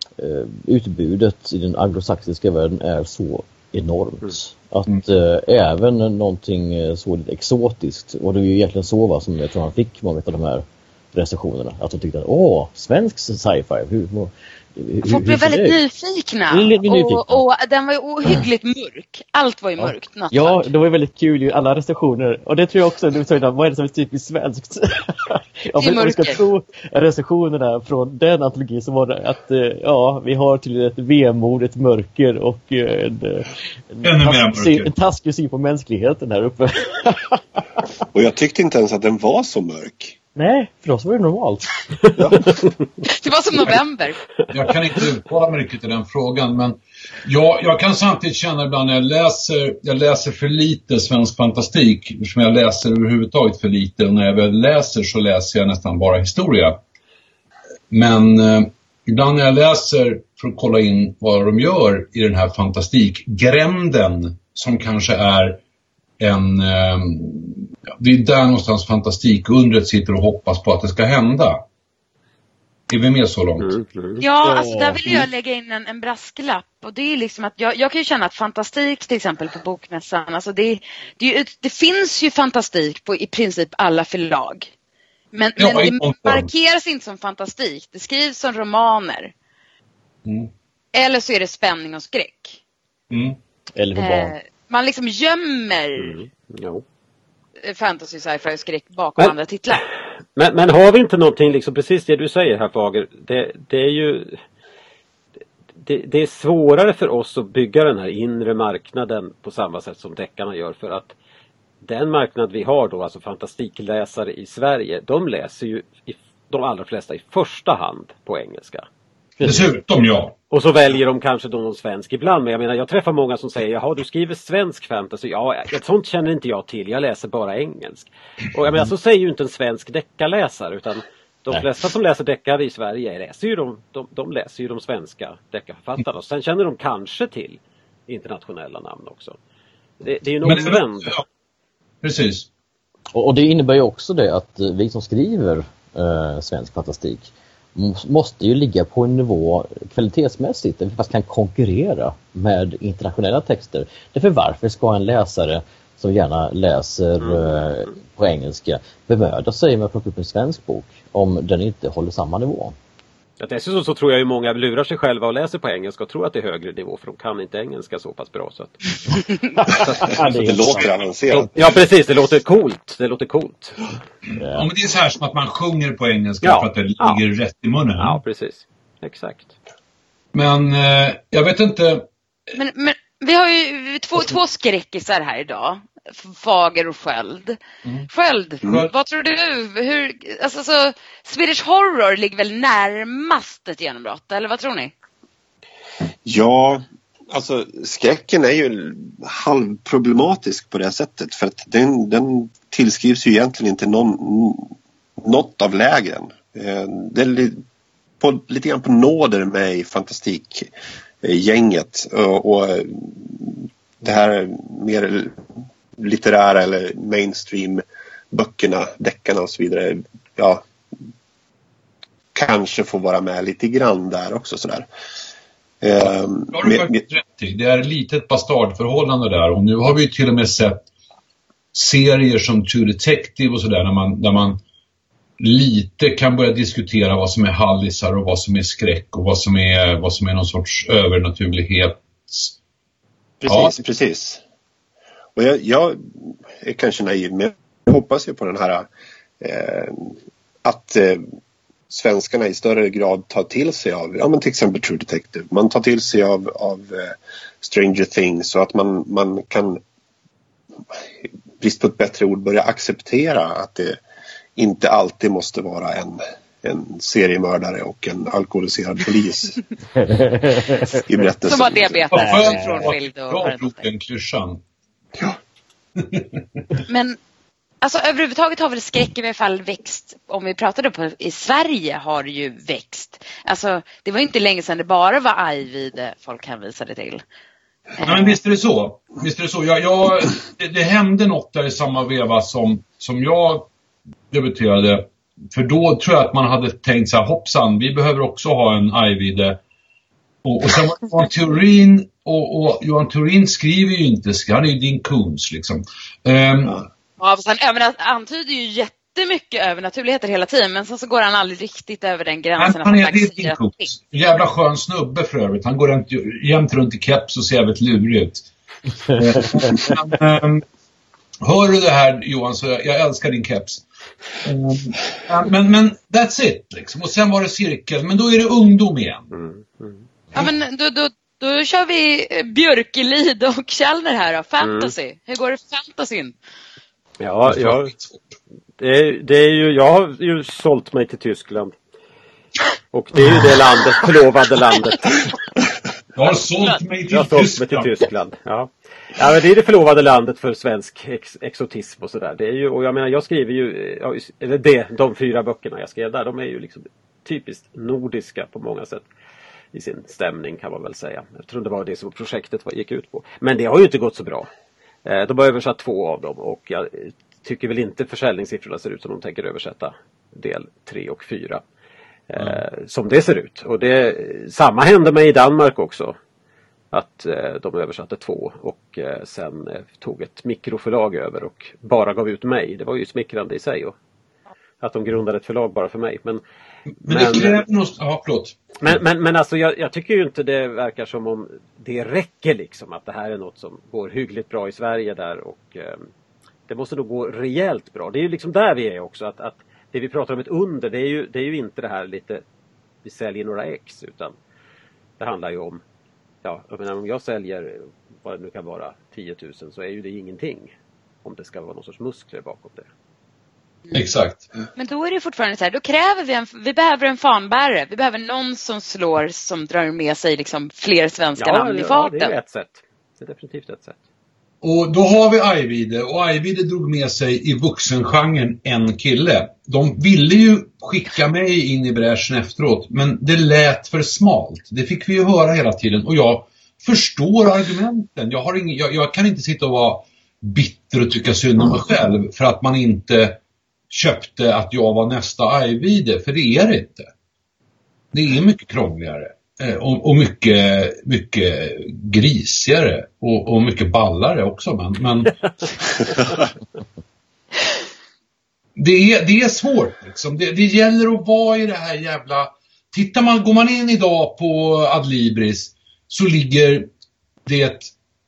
Speaker 2: utbudet i den anglosaxiska världen är så enormt. Mm. Att mm. Äh, även någonting så lite exotiskt, och det är ju egentligen så va, som jag tror han fick många av de här recensionerna, att de tyckte att åh, svensk sci-fi, hur, hur,
Speaker 5: folk blev väldigt nyfikna. nyfikna och, och den var ju ohyggligt mörk. Allt var ju
Speaker 2: ja.
Speaker 5: mörkt.
Speaker 2: Ja, det var ju väldigt kul ju, alla recensioner. Och det tror jag också, du sa, vad är det som är typiskt svenskt? Ja, men om vi ska tro recensionerna från den antologin så var det att ja, vi har till ett vemod, ett mörker och en, en,
Speaker 3: Ännu mer mörker.
Speaker 2: En taskig syn på mänskligheten här uppe.
Speaker 4: Och jag tyckte inte ens att den var så mörk.
Speaker 2: Nej, för oss var det normalt.
Speaker 4: Ja.
Speaker 5: Det var som november.
Speaker 3: Jag kan inte uttala mig riktigt i den frågan, men jag, jag kan samtidigt känna ibland när jag läser, jag läser för lite svensk fantastik, som jag läser överhuvudtaget för lite, och när jag väl läser så läser jag nästan bara historia. Men eh, ibland när jag läser för att kolla in vad de gör i den här fantastikgränden, som kanske är en... Eh, det är där någonstans fantastikundret sitter och hoppas på att det ska hända. Är vi med så långt?
Speaker 5: Mm, mm. Ja, alltså där vill jag lägga in en, en brasklapp. Och det är liksom att jag, jag kan ju känna att fantastik till exempel på bokmässan, alltså det, det, det finns ju fantastik på i princip alla förlag. Men, ja, men det markeras inte som fantastik. Det skrivs som romaner. Mm. Eller så är det spänning och skräck.
Speaker 2: Mm. Eller eh,
Speaker 5: man liksom gömmer
Speaker 6: mm. no.
Speaker 5: fantasy, sci-fi och skräck bakom men, andra titlar.
Speaker 6: Men, men har vi inte någonting, liksom precis det du säger här Fager, det, det är ju det, det är svårare för oss att bygga den här inre marknaden på samma sätt som deckarna gör, för att den marknad vi har då, alltså fantastikläsare i Sverige, de läser ju i, de allra flesta i första hand på engelska.
Speaker 3: Dessutom, ja.
Speaker 6: Och så väljer de kanske då någon svensk ibland. Men jag menar, jag träffar många som säger, jaha, du skriver svensk fantasy. Ja, ett sånt känner inte jag till. Jag läser bara engelsk. Och jag menar, så säger ju inte en svensk deckarläsare, utan de Nej. flesta som läser deckare i Sverige läser ju de, de, de läser ju de svenska deckarförfattarna. Och sen känner de kanske till internationella namn också. Det, det är ju en omvänd.
Speaker 3: Ja, precis.
Speaker 2: Och, och det innebär ju också det att vi som skriver eh, svensk fantastik måste ju ligga på en nivå kvalitetsmässigt där vi faktiskt kan konkurrera med internationella texter. Därför varför ska en läsare som gärna läser mm. eh, på engelska bemöda sig med att plocka upp en svensk bok om den inte håller samma nivå?
Speaker 6: Ja, dessutom så tror jag ju många lurar sig själva och läser på engelska och tror att det är högre nivå för de kan inte engelska så pass bra. Så att...
Speaker 4: ja, det, det låter avancerat.
Speaker 6: Ja, precis. Det låter coolt. Det låter coolt.
Speaker 3: Ja, men det är så här som att man sjunger på engelska
Speaker 6: ja.
Speaker 3: för att det ligger
Speaker 6: ja.
Speaker 3: rätt i munnen.
Speaker 6: Ja, precis. Exakt.
Speaker 3: Men eh, jag vet inte...
Speaker 5: Men, men vi har ju två, två skräckisar här idag. Fager och Sköld. Mm. Sköld, mm. vad tror du? Hur, alltså, så, Swedish Horror ligger väl närmast ett genombrott, eller vad tror ni?
Speaker 4: Ja, alltså skräcken är ju halvproblematisk på det sättet. För att den, den tillskrivs ju egentligen inte någon, något av lägren. Det är på, lite grann på nåder med i fantastikgänget. Och, och det här mer litterära eller mainstream böckerna, deckarna och så vidare, ja, kanske får vara med lite grann där också sådär.
Speaker 3: Um, ja, med, med... Det är ett litet bastardförhållande där och nu har vi till och med sett serier som True Detective och sådär där man, där man lite kan börja diskutera vad som är hallisar och vad som är skräck och vad som är, vad som är någon sorts övernaturlighet.
Speaker 4: Precis, ja. precis. Och jag, jag är kanske naiv, men jag hoppas ju på den här eh, att eh, svenskarna i större grad tar till sig av, ja men till exempel True Detective, man tar till sig av, av eh, Stranger Things så att man, man kan, brist på ett bättre ord, börja acceptera att det inte alltid måste vara en, en seriemördare och en alkoholiserad polis i berättelsen.
Speaker 5: Som har diabetes från skild och
Speaker 3: bra den klyschan.
Speaker 4: Ja.
Speaker 5: Men alltså överhuvudtaget har väl skräck i alla fall växt. Om vi pratade på i Sverige har det ju växt. Alltså det var inte länge sedan det bara var Ajvide folk hänvisade till.
Speaker 3: Ja, men visst är det så. Visst är det så. Jag, jag, det, det hände något där i samma veva som, som jag debuterade. För då tror jag att man hade tänkt så här, hoppsan, vi behöver också ha en Ajvide. Och, och sen var Johan Turin, och, och Johan Turin skriver ju inte, han är ju din kunst liksom. Um,
Speaker 5: ja, fast han även antyder ju jättemycket övernaturligheter hela tiden, men sen så går han aldrig riktigt över den gränsen.
Speaker 3: Han, han är din kunst. Jävla skön snubbe för övrigt. Han går jämt, jämt runt i keps och ser väldigt lurig ut. um, um, hör du det här Johan, så jag, jag älskar din keps. Um, men, men that's it liksom. Och sen var det cirkel, men då är det ungdom igen.
Speaker 6: Mm, mm.
Speaker 5: Ja, men då, då, då kör vi Björkelid och Kjellner här då. Fantasy. Mm. Hur går det för fantasyn?
Speaker 6: Ja, jag, det, är, det är ju, jag har ju sålt mig till Tyskland. Och det är ju det landet, förlovade landet.
Speaker 3: Jag har sålt mig till
Speaker 6: jag har sålt mig till Tyskland. Ja. Ja, men det är det förlovade landet för svensk ex, exotism och sådär. Det är ju, och jag menar, jag skriver ju, eller det, de fyra böckerna jag skrev där, de är ju liksom typiskt nordiska på många sätt. I sin stämning kan man väl säga. Jag tror det var det som projektet gick ut på. Men det har ju inte gått så bra. De har översatt två av dem och jag tycker väl inte försäljningssiffrorna ser ut som de tänker översätta del tre och fyra. Mm. Som det ser ut. Och det, samma hände mig i Danmark också. Att de översatte två och sen tog ett mikroförlag över och bara gav ut mig. Det var ju smickrande i sig. Och att de grundade ett förlag bara för mig. Men
Speaker 3: Men det kräver nog... Ja, förlåt.
Speaker 6: Men, men, men alltså jag, jag tycker ju inte det verkar som om det räcker liksom. Att det här är något som går hyggligt bra i Sverige där. Och eh, det måste nog gå rejält bra. Det är ju liksom där vi är också. Att, att det vi pratar om ett under, det är ju, det är ju inte det här lite... Vi säljer några ex, utan det handlar ju om... Ja, jag menar, om jag säljer vad det nu kan vara tio tusen så är ju det ingenting. Om det ska vara någon sorts muskler bakom det.
Speaker 3: Mm. Exakt.
Speaker 5: Men då är det fortfarande så här, då kräver vi en, vi behöver en fanbärare. Vi behöver någon som slår, som drar med sig liksom fler svenska
Speaker 6: ja,
Speaker 5: namn i farten.
Speaker 6: Ja, det är ett sätt. Det är definitivt ett sätt.
Speaker 3: Och då har vi Ajvide, och Ajvide drog med sig i vuxengenren en kille. De ville ju skicka mig in i bräschen efteråt, men det lät för smalt. Det fick vi ju höra hela tiden, och jag förstår argumenten. Jag, har ingen, jag, jag kan inte sitta och vara bitter och tycka synd om mig själv för att man inte köpte att jag var nästa Ajvide, för det är det inte. Det är mycket krångligare och, och mycket, mycket grisigare och, och mycket ballare också, men, men det, är, det är svårt liksom. det, det gäller att vara i det här jävla. Tittar man, går man in idag på Adlibris så ligger det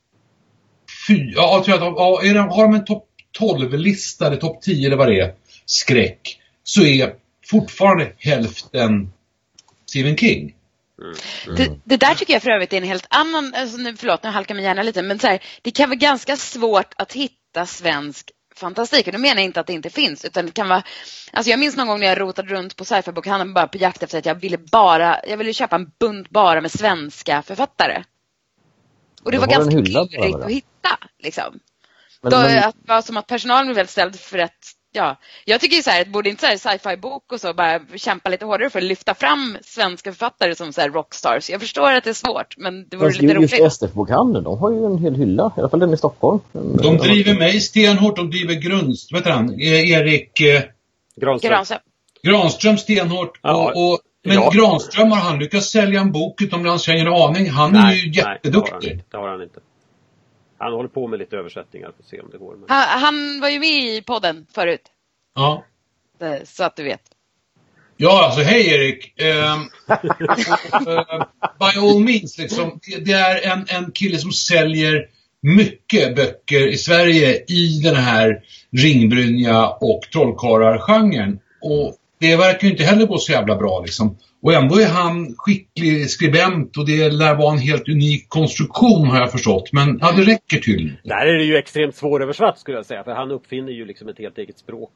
Speaker 3: fy, ja, jag tror att, ja, är det, har de en topp tolv-lista eller topp tio eller vad det är, skräck, så är fortfarande hälften Stephen King.
Speaker 5: Mm. Mm. Det, det där tycker jag för övrigt är en helt annan, alltså nu, förlåt nu halkar mig gärna lite, men så här, det kan vara ganska svårt att hitta svensk fantastik. Och då menar jag inte att det inte finns, utan det kan vara, alltså jag minns någon gång när jag rotade runt på sci-fi-bokhandeln bara på jakt efter att jag ville bara, jag ville köpa en bunt bara med svenska författare. Och det var, var ganska klurigt att hitta liksom. Men, då, men... att det var som att personalen blev väldigt ställd för att, ja, jag tycker ju så här, det borde inte så här sci-fi-bok och så bara kämpa lite hårdare för att lyfta fram svenska författare som så här rockstars. Jag förstår att det är svårt, men det vore alltså, lite roligt.
Speaker 2: Just S F-bokhandeln, de har ju en hel hylla, i alla fall den i Stockholm.
Speaker 3: De driver mig stenhårt, de driver Grunst, vet du han, Erik eh...
Speaker 5: Granström. Granström.
Speaker 3: Granström stenhårt, ja, och, och, men ja. Granström, har han lyckats sälja en bok utomlands? Jag har ingen aning, han nej, är ju jätteduktig.
Speaker 6: Nej, det har han inte. Han håller på med lite översättningar för att se om det går. Men...
Speaker 5: Han, han var ju med i podden förut.
Speaker 3: Ja.
Speaker 5: Så att du vet.
Speaker 3: Ja, alltså hej Erik. Uh, uh, by all means, liksom, det, det är en, en kille som säljer mycket böcker i Sverige i den här ringbrynja och trollkarlar-genren. Och det verkar ju inte heller gå så jävla bra liksom. Och ändå är han skicklig skribent och det lär vara en helt unik konstruktion, har jag förstått. Men ja, det räcker till.
Speaker 6: Där är det ju extremt svåröversatt skulle jag säga. För han uppfinner ju liksom ett helt eget språk.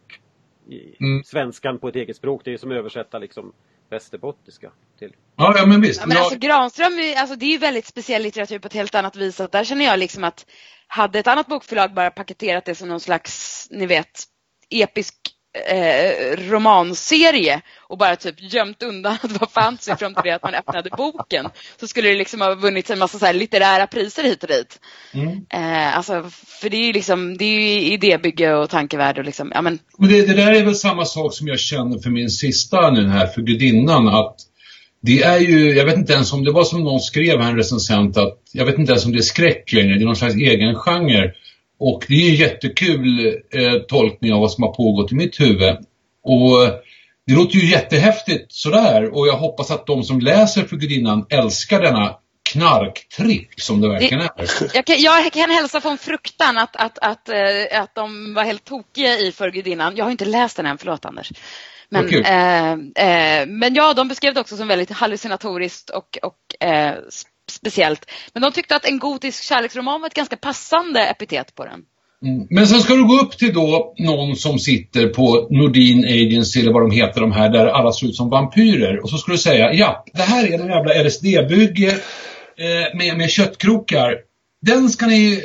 Speaker 6: I mm. Svenskan på ett eget språk. Det är ju som att översätta liksom västerbottniska till.
Speaker 3: Ja, ja men visst. Ja,
Speaker 5: men alltså Granström, alltså, det är ju väldigt speciell litteratur på ett helt annat vis. Att där känner jag liksom att hade ett annat bokförlag bara paketerat det som någon slags, ni vet, episk Eh, romanserie och bara typ gömt undan att det var fantasy fram till det att man öppnade boken, så skulle det liksom ha vunnit en massa så här litterära priser hit och dit. Mm. Eh, alltså, för det är ju liksom, det är ju idébygge och tankevärld och liksom, ja men.
Speaker 3: Men det, det där är väl samma sak som jag känner för min sista nu här, för Gudinnan, att det är ju, jag vet inte ens om det var som någon skrev här en recensent, att jag vet inte ens om det är skräck längre, det är någon slags egen genre. Och det är en jättekul eh, tolkning av vad som har pågått i mitt huvud. Och det låter ju jättehäftigt sådär. Och jag hoppas att de som läser för Gudinnan älskar denna knarktripp som det verkligen är.
Speaker 5: Jag kan, jag kan hälsa från fruktan att, att, att, att, att de var helt tokiga i för Gudinnan. Jag har inte läst den än, förlåt Anders. Men, okay. eh, eh, men ja, de beskrev det också som väldigt hallucinatoriskt och, och eh, speciellt. Men de tyckte att en gotisk kärleksroman var ett ganska passande epitet på den.
Speaker 3: Mm. Men sen ska du gå upp till då någon som sitter på Nordin Agency eller vad de heter, de här där alla ser ut som vampyrer. Och så ska du säga, ja, det här är en jävla L S D-bygge eh, med, med köttkrokar. Den ska ni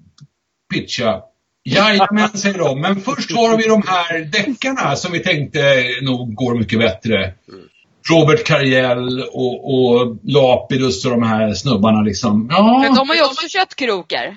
Speaker 3: pitcha. Jajamän, säger de. Men först har vi de här deckarna som vi tänkte nog går mycket bättre. Mm. Robert Cariel och, och Lapidus och de här snubbarna liksom. Ja.
Speaker 5: Men de har ju också köttkrokar.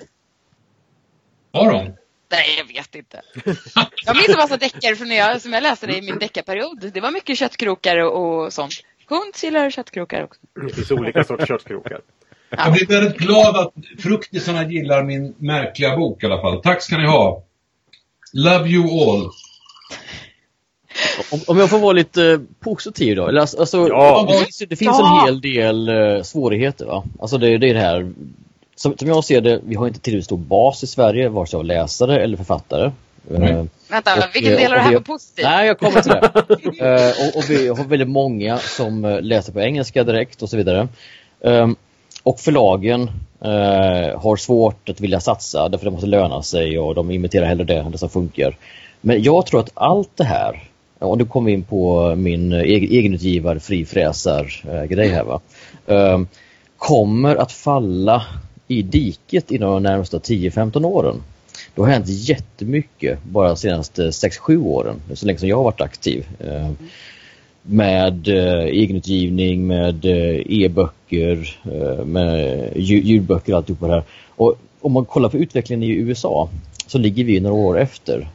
Speaker 3: Har de?
Speaker 5: Nej, jag vet inte. Jag minns en massa deckare från när jag, som jag läste det i min deckarperiod. Det var mycket köttkrokar och, och sånt. Kunt gillar köttkrokar också.
Speaker 6: Det finns olika sorts köttkrokar.
Speaker 3: Ja. Jag blir väldigt glad att fruktisarna gillar min märkliga bok i alla fall. Tack ska ni ha. Love you all.
Speaker 2: Om, om jag får vara lite positiv då. Alltså, ja. det, finns, det finns en hel del uh, svårigheter. Va? Alltså det, det är det här. Som, som jag ser det, vi har inte tillräckligt stor bas i Sverige, vare sig av läsare eller författare.
Speaker 5: Mm. Uh, Vänta, och, vilken del av det här var positivt?
Speaker 2: Nej, jag kommer till det. uh, och, och vi har väldigt många som uh, läser på engelska direkt och så vidare. Um, och förlagen uh, har svårt att vilja satsa, därför det måste löna sig och de imiterar hellre det, det som funkar. Men jag tror att allt det här, och nu kommer vi in på min egen, egenutgivar frifräsar äh, grej här va, um, kommer att falla i diket inom de närmaste tio femton åren. Det har hänt jättemycket bara de senaste sex sju åren, så länge som jag har varit aktiv. Uh, med uh, egenutgivning, med uh, e-böcker, uh, med ljudböcker och alltihop det här. Och om man kollar på utvecklingen i U S A så ligger vi några år efter.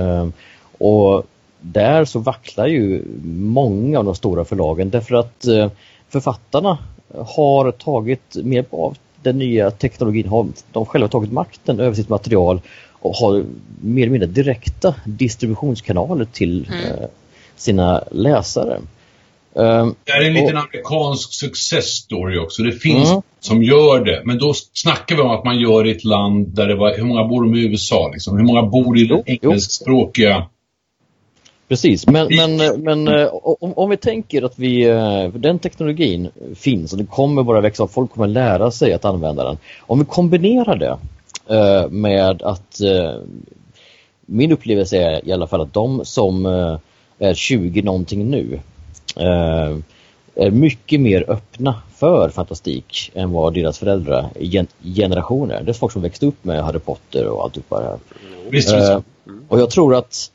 Speaker 2: Och där så vacklar ju många av de stora förlagen därför att författarna har tagit med av den nya teknologin, har de själva tagit makten över sitt material och har mer eller mindre direkta distributionskanaler till mm. sina läsare.
Speaker 3: Det är en liten och, amerikansk success story också. Det finns mm. som gör det. Men då snackar vi om att man gör i ett land där det var, hur många bor de i U S A liksom? Hur många bor i den engelskspråkiga?
Speaker 2: Precis, men, men, men om, om vi tänker att vi, den teknologin finns och det kommer bara växa, folk kommer lära sig att använda den. Om vi kombinerar det med att min upplevelse är i alla fall att de som är tjugo någonting nu är mycket mer öppna för fantastik än vad deras föräldrar generationer. Det är folk som växte upp med Harry Potter och allt upp här.
Speaker 3: Visst,
Speaker 2: uh, och jag tror att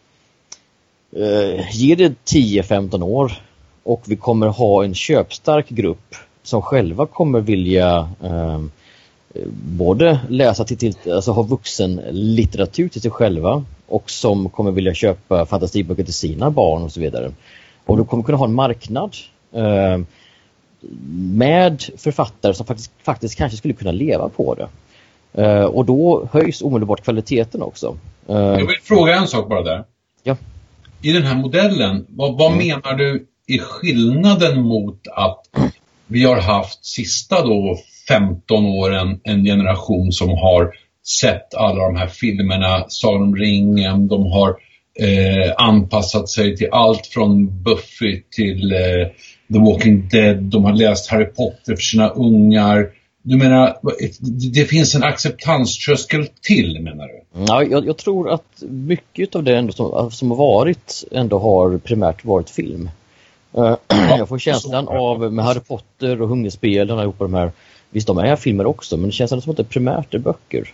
Speaker 2: uh, ger det tio femton år och vi kommer ha en köpstark grupp som själva kommer vilja uh, både läsa till, till alltså ha vuxen litteratur till sig själva och som kommer vilja köpa fantastikböcker till sina barn och så vidare. Och du kommer kunna ha en marknad eh, med författare som faktiskt, faktiskt kanske skulle kunna leva på det. Eh, och då höjs omedelbart kvaliteten också. Eh,
Speaker 3: Jag vill fråga en sak bara där.
Speaker 2: Ja.
Speaker 3: I den här modellen, vad, vad mm. menar du är skillnaden mot att vi har haft sista då femton åren en generation som har sett alla de här filmerna, Sagan om ringen, de har Eh, anpassat sig till allt från Buffy till eh, The Walking Dead. De har läst Harry Potter för sina ungar. Du menar, det finns en acceptanströskel till, menar du?
Speaker 2: Ja, jag, jag tror att mycket av det ändå som, som har varit ändå har primärt varit film. Uh, ja, jag får känslan så. Av med Harry Potter och Hungerspelen och ihop de här. Visst, de är filmer också, men det känns som att det primärt är böcker.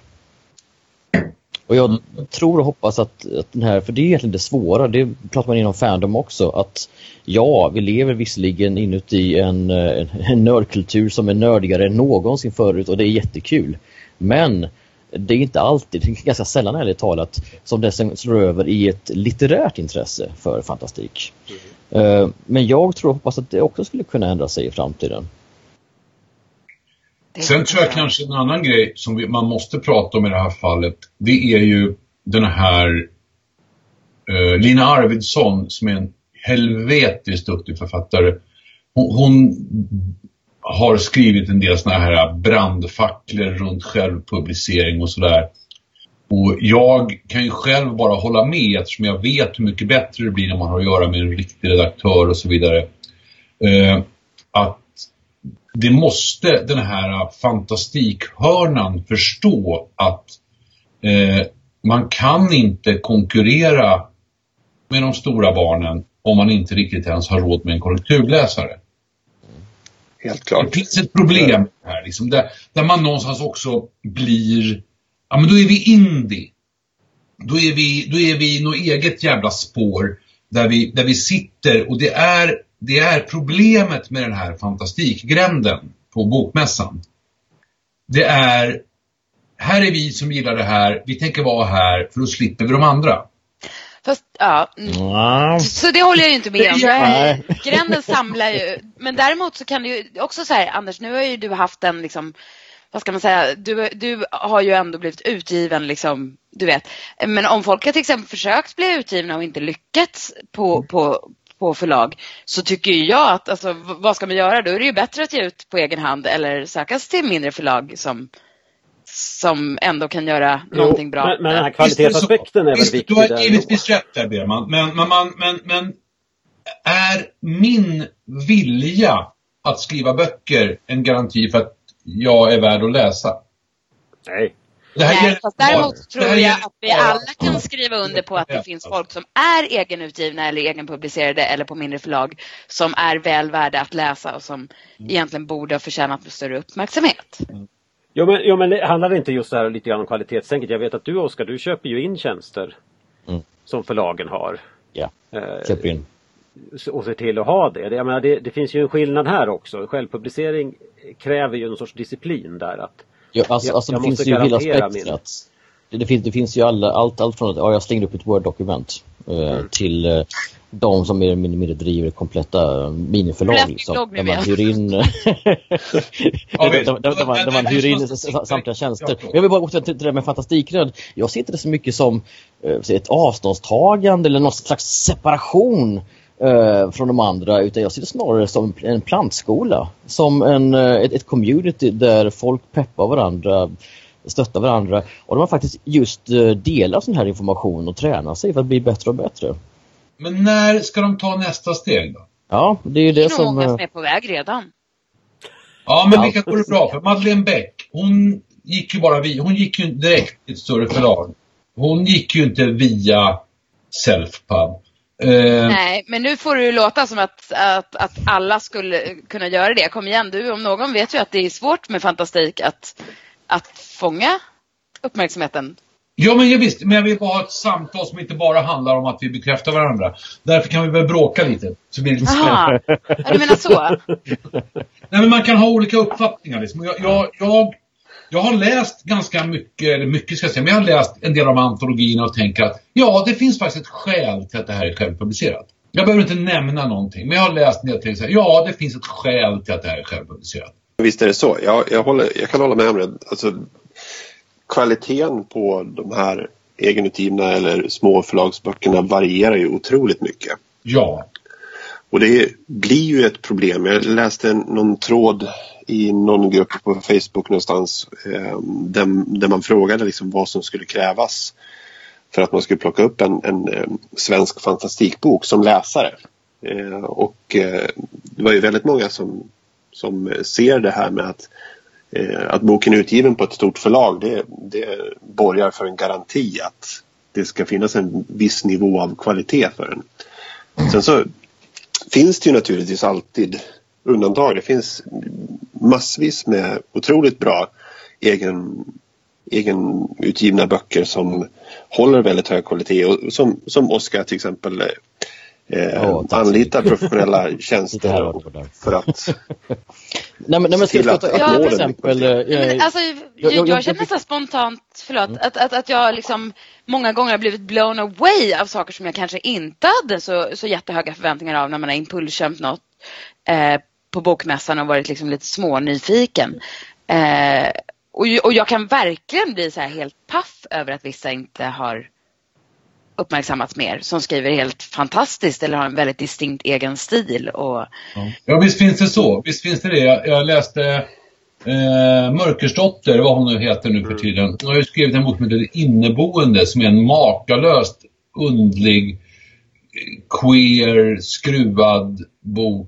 Speaker 2: Och jag tror och hoppas att, att den här, för det är egentligen det svåra, det pratar man inom fandom också, att ja, vi lever visserligen inuti en, en, en nördkultur som är nördigare än någonsin förut och det är jättekul. Men det är inte alltid, det är ganska sällan ärligt talat, som det slår över i ett litterärt intresse för fantastik. Mm. Uh, men jag tror och hoppas att det också skulle kunna ändra sig i framtiden.
Speaker 3: Sen tror jag kanske en annan grej som vi, man måste prata om i det här fallet, det är ju den här eh, Lina Arvidsson som är en helvetiskt duktig författare. Hon, hon har skrivit en del såna här brandfacklor runt självpublicering och sådär. Och jag kan ju själv bara hålla med eftersom jag vet hur mycket bättre det blir när man har att göra med en riktig redaktör och så vidare. Eh, att det måste den här fantastikhörnan förstå att eh, man kan inte konkurrera med de stora barnen om man inte riktigt ens har råd med en korrekturläsare.
Speaker 4: Helt klart.
Speaker 3: Det finns ett problem här liksom, där, där man någonstans också blir, ja men då är vi indie. Då är vi, då är vi i något eget jävla spår där vi, där vi sitter och det är Det är problemet med den här fantastikgränden på bokmässan. Det är, här är vi som gillar det här, vi tänker vara här för då slipper vi de andra.
Speaker 5: Fast, ja. Mm. Så det håller jag ju inte med om. Här, gränden samlar ju. Men däremot så kan du ju också säga, Anders, nu har ju du haft en liksom, vad ska man säga, du, du har ju ändå blivit utgiven liksom, du vet. Men om folk har till exempel försökt bli utgivna och inte lyckats på, på på förlag, så tycker jag att alltså, vad ska man göra? Då är det ju bättre att ge ut på egen hand eller sökas till mindre förlag som, som ändå kan göra jo, någonting bra.
Speaker 6: Men, men den här kvalitetsaspekten är väl viktig.
Speaker 3: Du har givetvis rätt där, Berman. Men, men, men, men, men är min vilja att skriva böcker en garanti för att jag är värd att läsa?
Speaker 6: Nej.
Speaker 3: Det här
Speaker 5: Nej, fast däremot bara, tror jag att vi alla kan skriva under på att det finns folk som är egenutgivna eller egenpublicerade eller på mindre förlag som är väl värda att läsa och som egentligen borde ha förtjänat större uppmärksamhet.
Speaker 6: Jo men, jo, men det handlar inte just så här lite grann om kvalitetstänket. Jag vet att du, Oskar, du köper ju in tjänster mm. som förlagen har.
Speaker 2: Ja, eh, köper in.
Speaker 6: Och se till att ha det. Det, jag menar, det. Det finns ju en skillnad här också. Självpublicering kräver ju en sorts disciplin där att
Speaker 2: Ja, alltså, alltså det finns ju hela spektrat. det, det, finns, det finns ju alla, allt, allt från att ja, jag slängde upp ett Word-dokument eh, mm. till eh, de som mer eller mindre driver kompletta miniförlag liksom, där man hyr in där man, där man hyr in samtliga tjänster. Jag vill bara gå till det med fantastikröd. Jag ser inte det så mycket som eh, ett avståndstagande eller någon slags separation eh, från de andra, utan jag ser det snarare som en plantskola, som en, ett, ett community där folk peppar varandra, stöttar varandra, och de har faktiskt just delar sån här information och tränar sig för att bli bättre och bättre.
Speaker 3: Men när ska de ta nästa steg då?
Speaker 2: Ja, det är ju det, det är som...
Speaker 5: många som är på väg redan.
Speaker 3: Ja, men vilka går det bra för? Madeleine Beck, hon gick ju bara via, hon gick ju direkt till ett större förlag. Hon gick ju inte via Selfpub.
Speaker 5: Uh, Nej, men nu får det ju låta som att, att, att alla skulle kunna göra det. Kom igen, du om någon vet ju att det är svårt med fantastik att, att fånga uppmärksamheten.
Speaker 3: Ja, men jag visst, men jag vill bara ha ett samtal som inte bara handlar om att vi bekräftar varandra. Därför kan vi väl bråka lite. Så blir det lite
Speaker 5: Aha, ja, du menar så?
Speaker 3: Nej, men man kan ha olika uppfattningar liksom. jag, jag, jag, jag har läst ganska mycket, eller mycket ska jag säga, men jag har läst en del av antologierna och tänker att ja, det finns faktiskt ett skäl till att det här är självpublicerat. Jag behöver inte nämna någonting, men jag har läst en del till att ja, det finns ett skäl till att det här är självpublicerat.
Speaker 4: Visst är det så. Jag, jag, håller, jag kan hålla med om det. Alltså, kvaliteten på de här egenutgivna eller små förlagsböckerna varierar ju otroligt mycket.
Speaker 3: Ja.
Speaker 4: Och det blir ju ett problem. Jag läste en, någon tråd i någon grupp på Facebook någonstans eh, där, där man frågade liksom vad som skulle krävas för att man skulle plocka upp en, en, en svensk fantastikbok som läsare. Eh, och eh, det var ju väldigt många som, som ser det här med att att boken är utgiven på ett stort förlag, det, det borgar för en garanti att det ska finnas en viss nivå av kvalitet för den. Sen så finns det ju naturligtvis alltid undantag. Det finns massvis med otroligt bra egen, egen utgivna böcker som håller väldigt hög kvalitet, och som, som Oscar till exempel Eh, oh, anlita professionella tjänster för att
Speaker 2: nej, men, nej, men ska jag ta
Speaker 5: ja,
Speaker 2: ett exempel?
Speaker 5: Men, alltså, jag, jag, jag känner så spontant förlåt, mm. att, att, att jag liksom många gånger har blivit blown away av saker som jag kanske inte hade så, så jättehöga förväntningar av när man har impulsköpt något eh, på bokmässan och varit liksom lite smånyfiken. Eh, och, och jag kan verkligen bli så här helt paff över att vissa inte har uppmärksammats mer, som skriver helt fantastiskt eller har en väldigt distinkt egen stil. Och...
Speaker 3: Ja, visst finns det så. Visst finns det det. Jag, jag läste eh, Mörkersdotter, vad hon nu heter nu för tiden. Hon har ju skrivit en bok som heter Inneboende, som är en makalöst undlig, queer, skruvad bok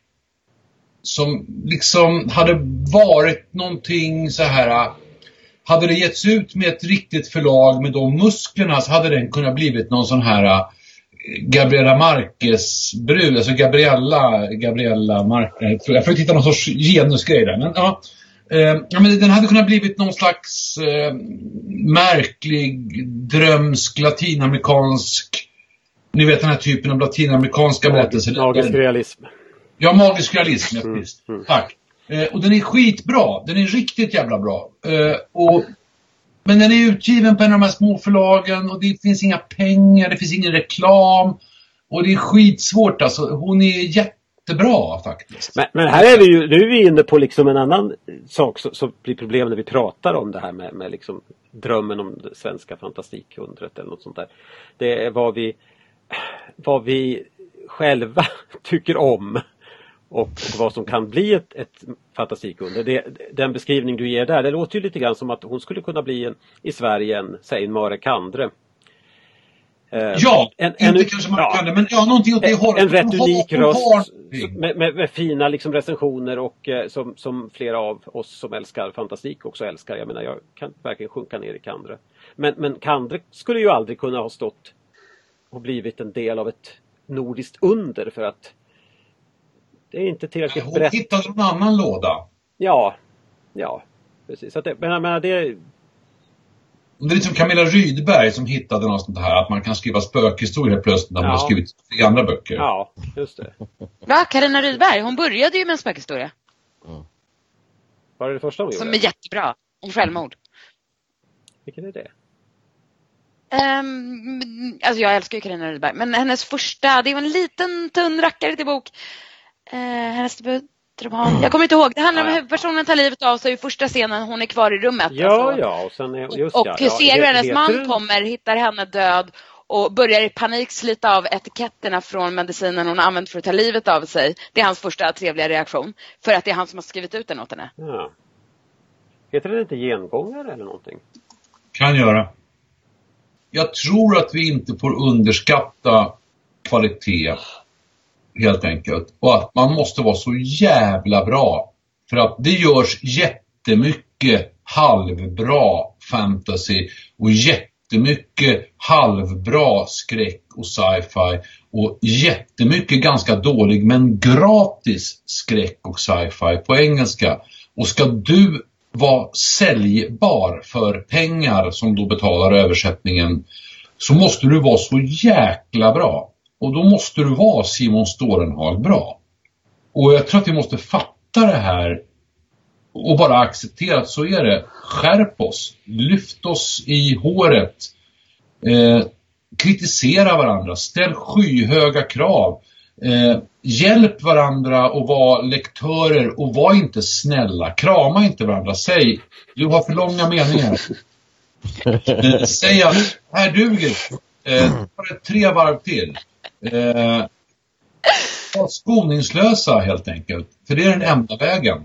Speaker 3: som liksom hade varit någonting så här. Hade det getts ut med ett riktigt förlag med de musklerna, så hade den kunnat blivit någon sån här Gabriella Marquez brud, alltså Gabriella Gabriella Marquez. Jag får hitta någon sorts genusgrej där, men ja, eh, ja, men den hade kunnat blivit någon slags eh, märklig, drömsk latinamerikansk, ni vet den här typen av latinamerikanska berättelser.
Speaker 6: Magisk realism.
Speaker 3: Ja, magisk realism, ja,
Speaker 6: mm, mm.
Speaker 3: Tack. Eh, och den är skitbra. Den är riktigt jävla bra. Eh, och, men den är utgiven på en av de här små förlagen och det finns inga pengar, det finns ingen reklam. Och det är skitsvårt alltså. Hon är jättebra faktiskt.
Speaker 6: Men, men här är vi ju, nu är vi inne på liksom en annan sak som, som blir problem när vi pratar om det här med, med liksom drömmen om det svenska fantastikundret eller något sånt där. Det är vad vi, vad vi själva tycker om. Och, och vad som kan bli ett, ett fantastikunder. Det, den beskrivning du ger där, det låter ju lite grann som att hon skulle kunna bli en, i Sverige en, säg en Mare Kandre.
Speaker 3: Eh, ja, en, inte en, kanske Mare ja, Kandre, men ja, någonting åt det hållet.
Speaker 6: En rätt unik röst med, med, med fina liksom recensioner och eh, som, som flera av oss som älskar fantastik också älskar. Jag menar, jag kan verkligen sjunka ner i Kandre. Men, men Kandre skulle ju aldrig kunna ha stått och blivit en del av ett nordiskt under för att det är inte tillräckligt
Speaker 3: hon
Speaker 6: brett.
Speaker 3: Hon hittade en annan låda.
Speaker 6: Ja, ja, precis. Så det, men jag menar, det är...
Speaker 3: Det är lite som Camilla Rydberg som hittade något sånt här, att man kan skriva spökhistorier plötsligt när man ja. har skrivit i andra böcker.
Speaker 6: Ja, just det.
Speaker 5: Ja, Carina Rydberg, hon började ju med en spökhistoria.
Speaker 6: Mm. Var det det första hon gjorde?
Speaker 5: Som är jättebra, om självmord.
Speaker 6: Vilken är det?
Speaker 5: Um, alltså jag älskar ju Carina Rydberg, men hennes första, det var en liten tunn rackare till bok. Uh, hennes debutroman, jag kommer inte ihåg. Det handlar om hur huvudpersonen tar livet av sig i första scenen. Hon är kvar i rummet.
Speaker 6: Ja,
Speaker 5: alltså.
Speaker 6: ja. Och, sen är, just,
Speaker 5: och,
Speaker 6: ja,
Speaker 5: och ja, ser hur hennes
Speaker 6: heter...
Speaker 5: man kommer, hittar henne död och börjar i panik slita av etiketterna från medicinen hon har använt för att ta livet av sig. Det är hans första trevliga reaktion. För att det är han som har skrivit ut den åt henne.
Speaker 6: Ja. Heter det inte gengångare eller någonting?
Speaker 3: Kan göra. Jag tror att vi inte får underskatta kvalitet helt enkelt. Och att man måste vara så jävla bra. För att det görs jättemycket halvbra fantasy och jättemycket halvbra skräck och sci-fi och jättemycket ganska dålig men gratis skräck och sci-fi på engelska. Och ska du vara säljbar för pengar som då betalar översättningen, så måste du vara så jäkla bra. Och då måste du vara Simon Stårenhag bra. Och jag tror att vi måste fatta det här och bara acceptera att så är det. Skärp oss, lyft oss i håret, eh, kritisera varandra, ställ skyhöga krav. Eh, hjälp varandra och vara lektörer och var inte snälla, krama inte varandra, säg du har för långa meningar. eh, säg att här duger eh, tre varv till. eh, var skoningslösa helt enkelt, för det är den enda vägen.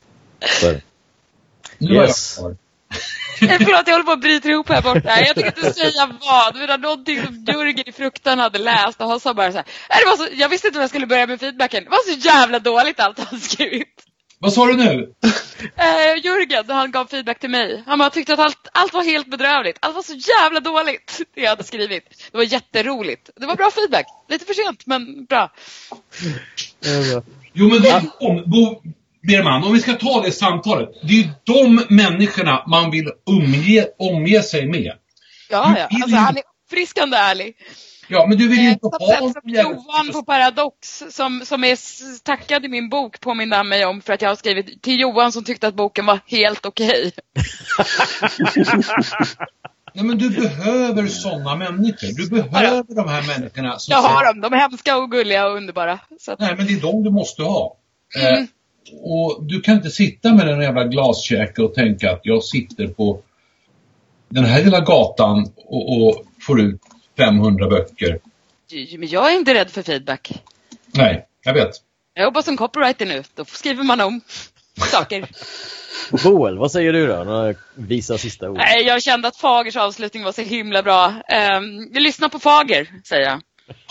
Speaker 3: Nu
Speaker 2: yes.
Speaker 3: var jag
Speaker 5: Förlåt, jag håller på att bryta ihop här borta. Jag tänkte inte säga vad. Det var någonting som Jörgen i Fruktan hade läst. Och han sa bara så här. Det var så, jag visste inte om jag skulle börja med feedbacken. Det var så jävla dåligt allt han skrivit.
Speaker 3: Vad sa du nu?
Speaker 5: Eh, Jörgen, han gav feedback till mig. Han bara tyckte att allt, allt var helt bedrövligt. Allt var så jävla dåligt, det jag hade skrivit. Det var jätteroligt. Det var bra feedback. Lite för sent, men bra.
Speaker 3: Jo, men det, om, Bo Berman, om vi ska ta det samtalet. Det är ju de människorna man vill umge, omge sig med.
Speaker 5: Ja, ja. Alltså, ju... han är friskande ärlig.
Speaker 3: Ja, men du vill ju inte
Speaker 5: ha...
Speaker 3: ha...
Speaker 5: Som Johan på Paradox, som, som är tackad i min bok, påminner mig om för att jag har skrivit till Johan som tyckte att boken var helt okej.
Speaker 3: Nej, men du behöver sådana människor. Du behöver ja. de här människorna. Som
Speaker 5: jag har dem. De är hemska och gulliga och underbara. Så att...
Speaker 3: Nej, men det är de du måste ha. Mm. Eh, och du kan inte sitta med den jävla glaskäke och tänka att jag sitter på den här lilla gatan och, och får ut femhundra böcker.
Speaker 5: Men jag är inte rädd för feedback.
Speaker 3: Nej, jag vet.
Speaker 5: Jag jobbar som copywriter nu. Då skriver man om saker.
Speaker 2: Boel, vad säger du då? Några visa sista ord.
Speaker 5: Nej, jag kände att Fagers avslutning var så himla bra. Um, jag lyssnar på Fager, säger jag.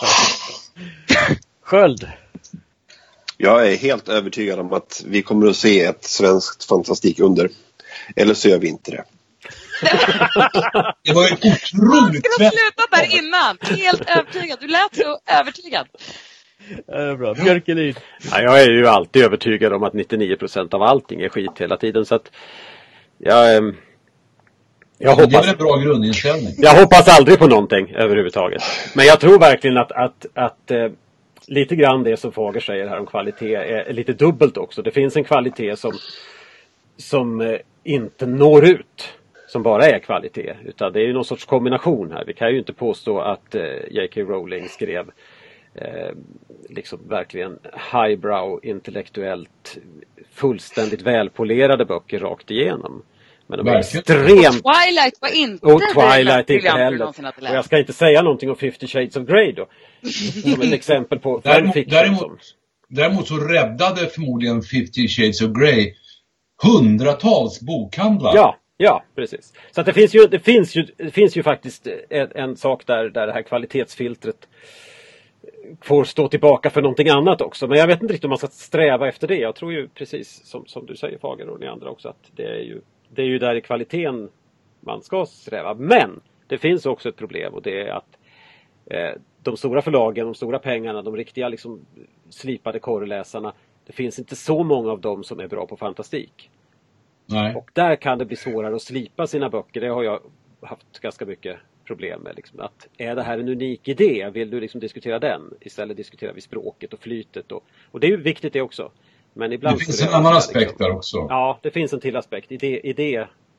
Speaker 2: Sköld.
Speaker 4: Jag är helt övertygad om att vi kommer att se ett svenskt fantastik under. Eller så gör vi inte det.
Speaker 3: Det var ju otroligt.
Speaker 5: Jag skulle ha slutat där innan. Helt övertygad. Du lät så övertygad.
Speaker 2: Ja, det är bra. Björkelin.
Speaker 6: Ja, jag är ju alltid övertygad om att nittionio procent av allting är skit hela tiden. Så att jag, jag hoppas,
Speaker 3: det är en bra grundinställning.
Speaker 6: Jag hoppas aldrig på någonting överhuvudtaget. Men jag tror verkligen att, att, att eh, lite grann det som Fager säger här om kvalitet är lite dubbelt också. Det finns en kvalitet som, som eh, inte når ut. Som bara är kvalitet. Utan det är ju någon sorts kombination här. Vi kan ju inte påstå att eh, J K Rowling skrev eh, liksom verkligen highbrow, intellektuellt fullständigt välpolerade böcker rakt igenom. Men de är extremt...
Speaker 5: Och Twilight var inte
Speaker 6: och Twilight inte heller. Och jag ska inte säga någonting om Fifty Shades of Grey då. Som ett exempel på
Speaker 3: däremot, däremot, däremot så räddade förmodligen Fifty Shades of Grey hundratals bokhandlar.
Speaker 6: Ja. Ja, precis. Så att det finns ju det finns ju det finns ju faktiskt en, en sak där där det här kvalitetsfiltret får stå tillbaka för någonting annat också. Men jag vet inte riktigt om man ska sträva efter det. Jag tror ju precis som som du säger Fager och ni andra också att det är ju det är ju där i kvaliteten man ska sträva. Men det finns också ett problem och det är att eh, de stora förlagen, de stora pengarna, de riktiga liksom slipade korreläsarna, det finns inte så många av dem som är bra på fantastik.
Speaker 3: Nej.
Speaker 6: Och där kan det bli svårare att slipa sina böcker. Det har jag haft ganska mycket problem med. Liksom. Att, är det här en unik idé? Vill du liksom diskutera den? Istället diskuterar vi språket och flytet. Och, och det är ju viktigt det också. Men ibland
Speaker 3: det finns en annan aspekt liksom, där också.
Speaker 6: Ja, det finns en till aspekt. Idé, idé,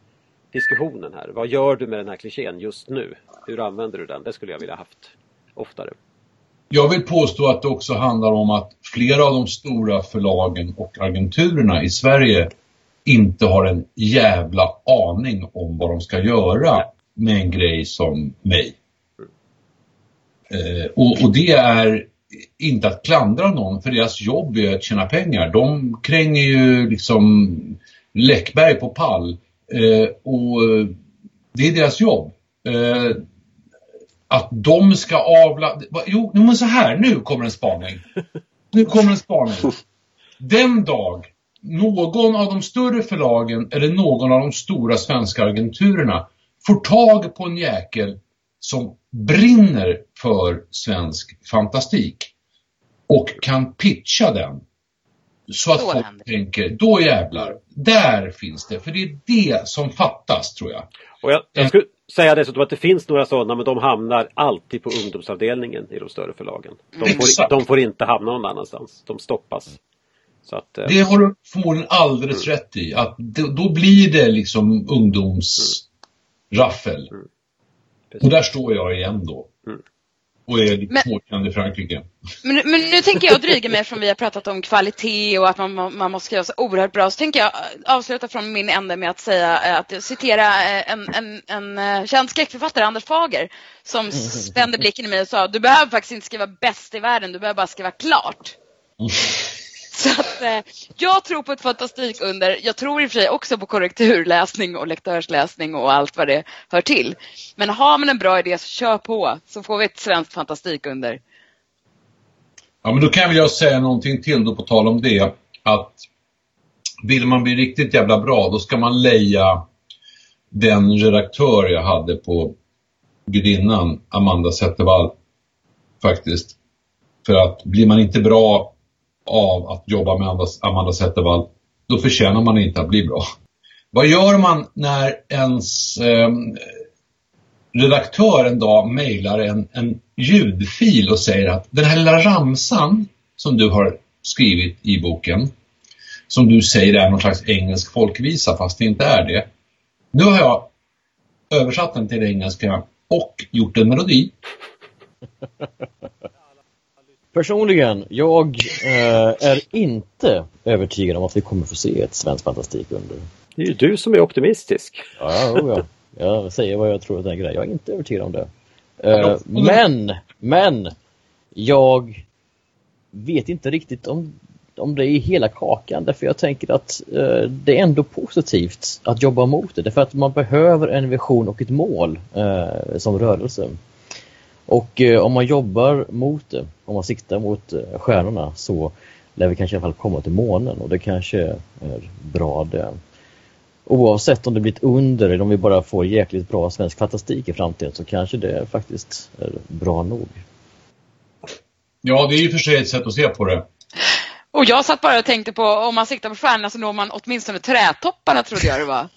Speaker 6: diskussionen här. Vad gör du med den här klichén just nu? Hur använder du den? Det skulle jag vilja haft oftare.
Speaker 3: Jag vill påstå att det också handlar om att flera av de stora förlagen och agenturerna i Sverige inte har en jävla aning om vad de ska göra med en grej som mig. Eh, och, och det är inte att klandra någon, för deras jobb är att tjäna pengar. De kränger ju liksom Läckberg på pall. Eh, och det är deras jobb. Eh, att de ska avla... Jo, men så här, nu kommer en spaning. Nu kommer en spaning. Den dag någon av de större förlagen eller någon av de stora svenska agenturerna får tag på en jäkel som brinner för svensk fantastik och kan pitcha den så att folk tänker, då jävlar, där finns det. För det är det som fattas, tror jag.
Speaker 6: Och jag, jag skulle säga dessutom att det finns några sådana, men de hamnar alltid på ungdomsavdelningen i de större förlagen. De får, de får inte hamna någon annanstans. De stoppas. Så att, eh.
Speaker 3: Det har du förmodligen alldeles mm. rätt i. Att det, då blir det liksom ungdomsraffel. Mm. Och där står jag igen då. Mm. Och är lite småkänd i Frankrike.
Speaker 5: Men, men nu tänker jag dryga mig från vi har pratat om kvalitet och att man, man måste skriva så oerhört bra. Så tänker jag avsluta från min ände med att säga att citera en, en, en känd skräckförfattare, Anders Fager, som spände blicken i mig och sa: du behöver faktiskt inte skriva bäst i världen, du behöver bara skriva klart. Mm. Så att eh, jag tror på ett fantastik under. Jag tror i och för sig också på korrekturläsning och lektörsläsning och allt vad det hör till. Men har man en bra idé så kör på, så får vi ett svenskt fantastik under.
Speaker 3: Ja, men då kan jag säga någonting till då på tal om det. Att vill man bli riktigt jävla bra, då ska man leja den redaktör jag hade på Gudinnan, Amanda Zettervall, faktiskt. För att blir man inte bra av att jobba med Amanda Zettervall, då förtjänar man inte att bli bra. Vad gör man när ens eh, redaktör en dag mejlar en, en ljudfil och säger att den här lilla ramsan som du har skrivit i boken, som du säger är någon slags engelsk folkvisa, fast det inte är det. Nu har jag översatt den till engelska och gjort en melodi.
Speaker 2: Personligen, jag eh, är inte övertygad om att vi kommer få se ett svenskt fantastik under.
Speaker 6: Det är ju du som är optimistisk.
Speaker 2: Ja, ja, jag säger vad jag tror att det är grej. Jag är inte övertygad om det. Eh, men, men, jag vet inte riktigt om, om det är hela kakan. Därför jag tänker att eh, det är ändå positivt att jobba mot det. Därför att man behöver en vision och ett mål eh, som rörelse. Och eh, om man jobbar mot det, om man siktar mot eh, stjärnorna, så lär vi kanske i alla fall komma till månen. Och det kanske är bra det. Oavsett om det blir ett under eller om vi bara får jäkligt bra svensk fantastik i framtiden, så kanske det faktiskt är bra nog.
Speaker 3: Ja, det är ju för sig ett sätt att se på det.
Speaker 5: Och jag satt bara och tänkte på, om man siktar på stjärnorna så når man åtminstone trädtopparna, trodde jag det var.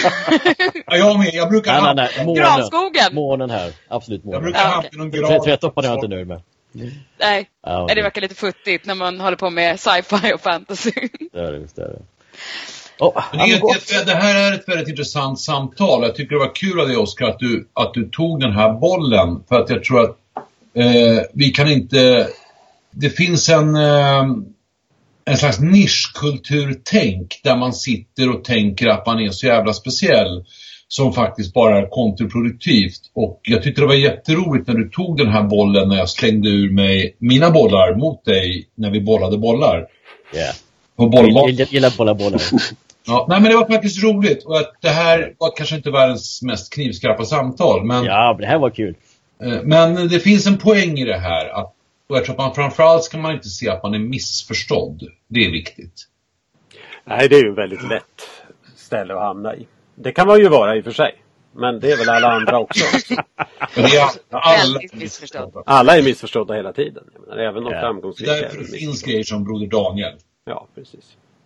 Speaker 3: Ja, jag med. Jag brukar
Speaker 2: nej, nej, nej. Månen,
Speaker 5: granskogen.
Speaker 2: Månen här, absolut månen.
Speaker 3: Jag brukar ha
Speaker 2: okay.
Speaker 3: någon gran.
Speaker 2: Trädtopparna är jag inte nöjd med.
Speaker 5: Mm. Nej, ja, okay. Det verkar lite futtigt när man håller på med sci-fi och fantasy.
Speaker 2: Det är det, visst är det. Oh,
Speaker 3: det, är ett, det här är ett väldigt intressant samtal. Jag tycker det var kul av dig, Oskar, att du, att du tog den här bollen. För att jag tror att eh, vi kan inte... Det finns en... Eh, en slags nischkulturtänk där man sitter och tänker att man är så jävla speciell, som faktiskt bara är kontraproduktivt. Och jag tyckte det var jätteroligt när du tog den här bollen, när jag slängde ur mig mina bollar mot dig när vi bollade bollar.
Speaker 2: Yeah.
Speaker 3: På bollboll.
Speaker 2: Jag gillar bolla bollar.
Speaker 3: Ja, nej, men det var faktiskt roligt. Och att det här var kanske inte världens mest knivskarpa samtal. Men,
Speaker 2: ja, det här var kul.
Speaker 3: Men det finns en poäng i det här. Att, och jag tror att man framförallt ska man inte se att man är missförstådd. Det är viktigt.
Speaker 6: Nej, det är ju en väldigt lätt ställe att hamna i. Det kan man ju vara i och för sig. Men det är väl alla andra också.
Speaker 3: Men det är alla,
Speaker 5: missförstådda.
Speaker 6: Alla är missförstådda hela tiden. Jag menar, även de ja. framgångsrika.
Speaker 3: Därför finns grejer som Broder Daniel.
Speaker 6: Ja, precis.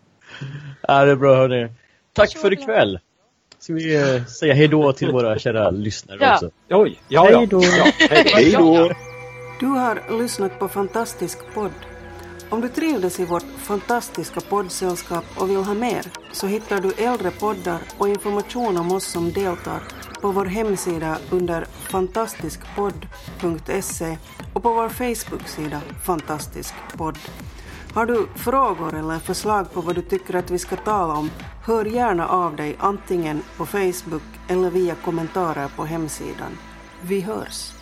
Speaker 2: Ja, det är bra, hörni. Tack för ikväll. Ska vi eh, säga hej då till våra kära lyssnare
Speaker 5: ja.
Speaker 2: också.
Speaker 6: Oj, ja, ja.
Speaker 2: Hej då.
Speaker 6: Ja, hej, hej då.
Speaker 1: Du har lyssnat på Fantastisk podd. Om du trivdes i vårt fantastiska poddsällskap och vill ha mer så hittar du äldre poddar och information om oss som deltar på vår hemsida under fantastiskpodd punkt se och på vår Facebook-sida Fantastisk podd. Har du frågor eller förslag på vad du tycker att vi ska tala om, hör gärna av dig antingen på Facebook eller via kommentarer på hemsidan. Vi hörs!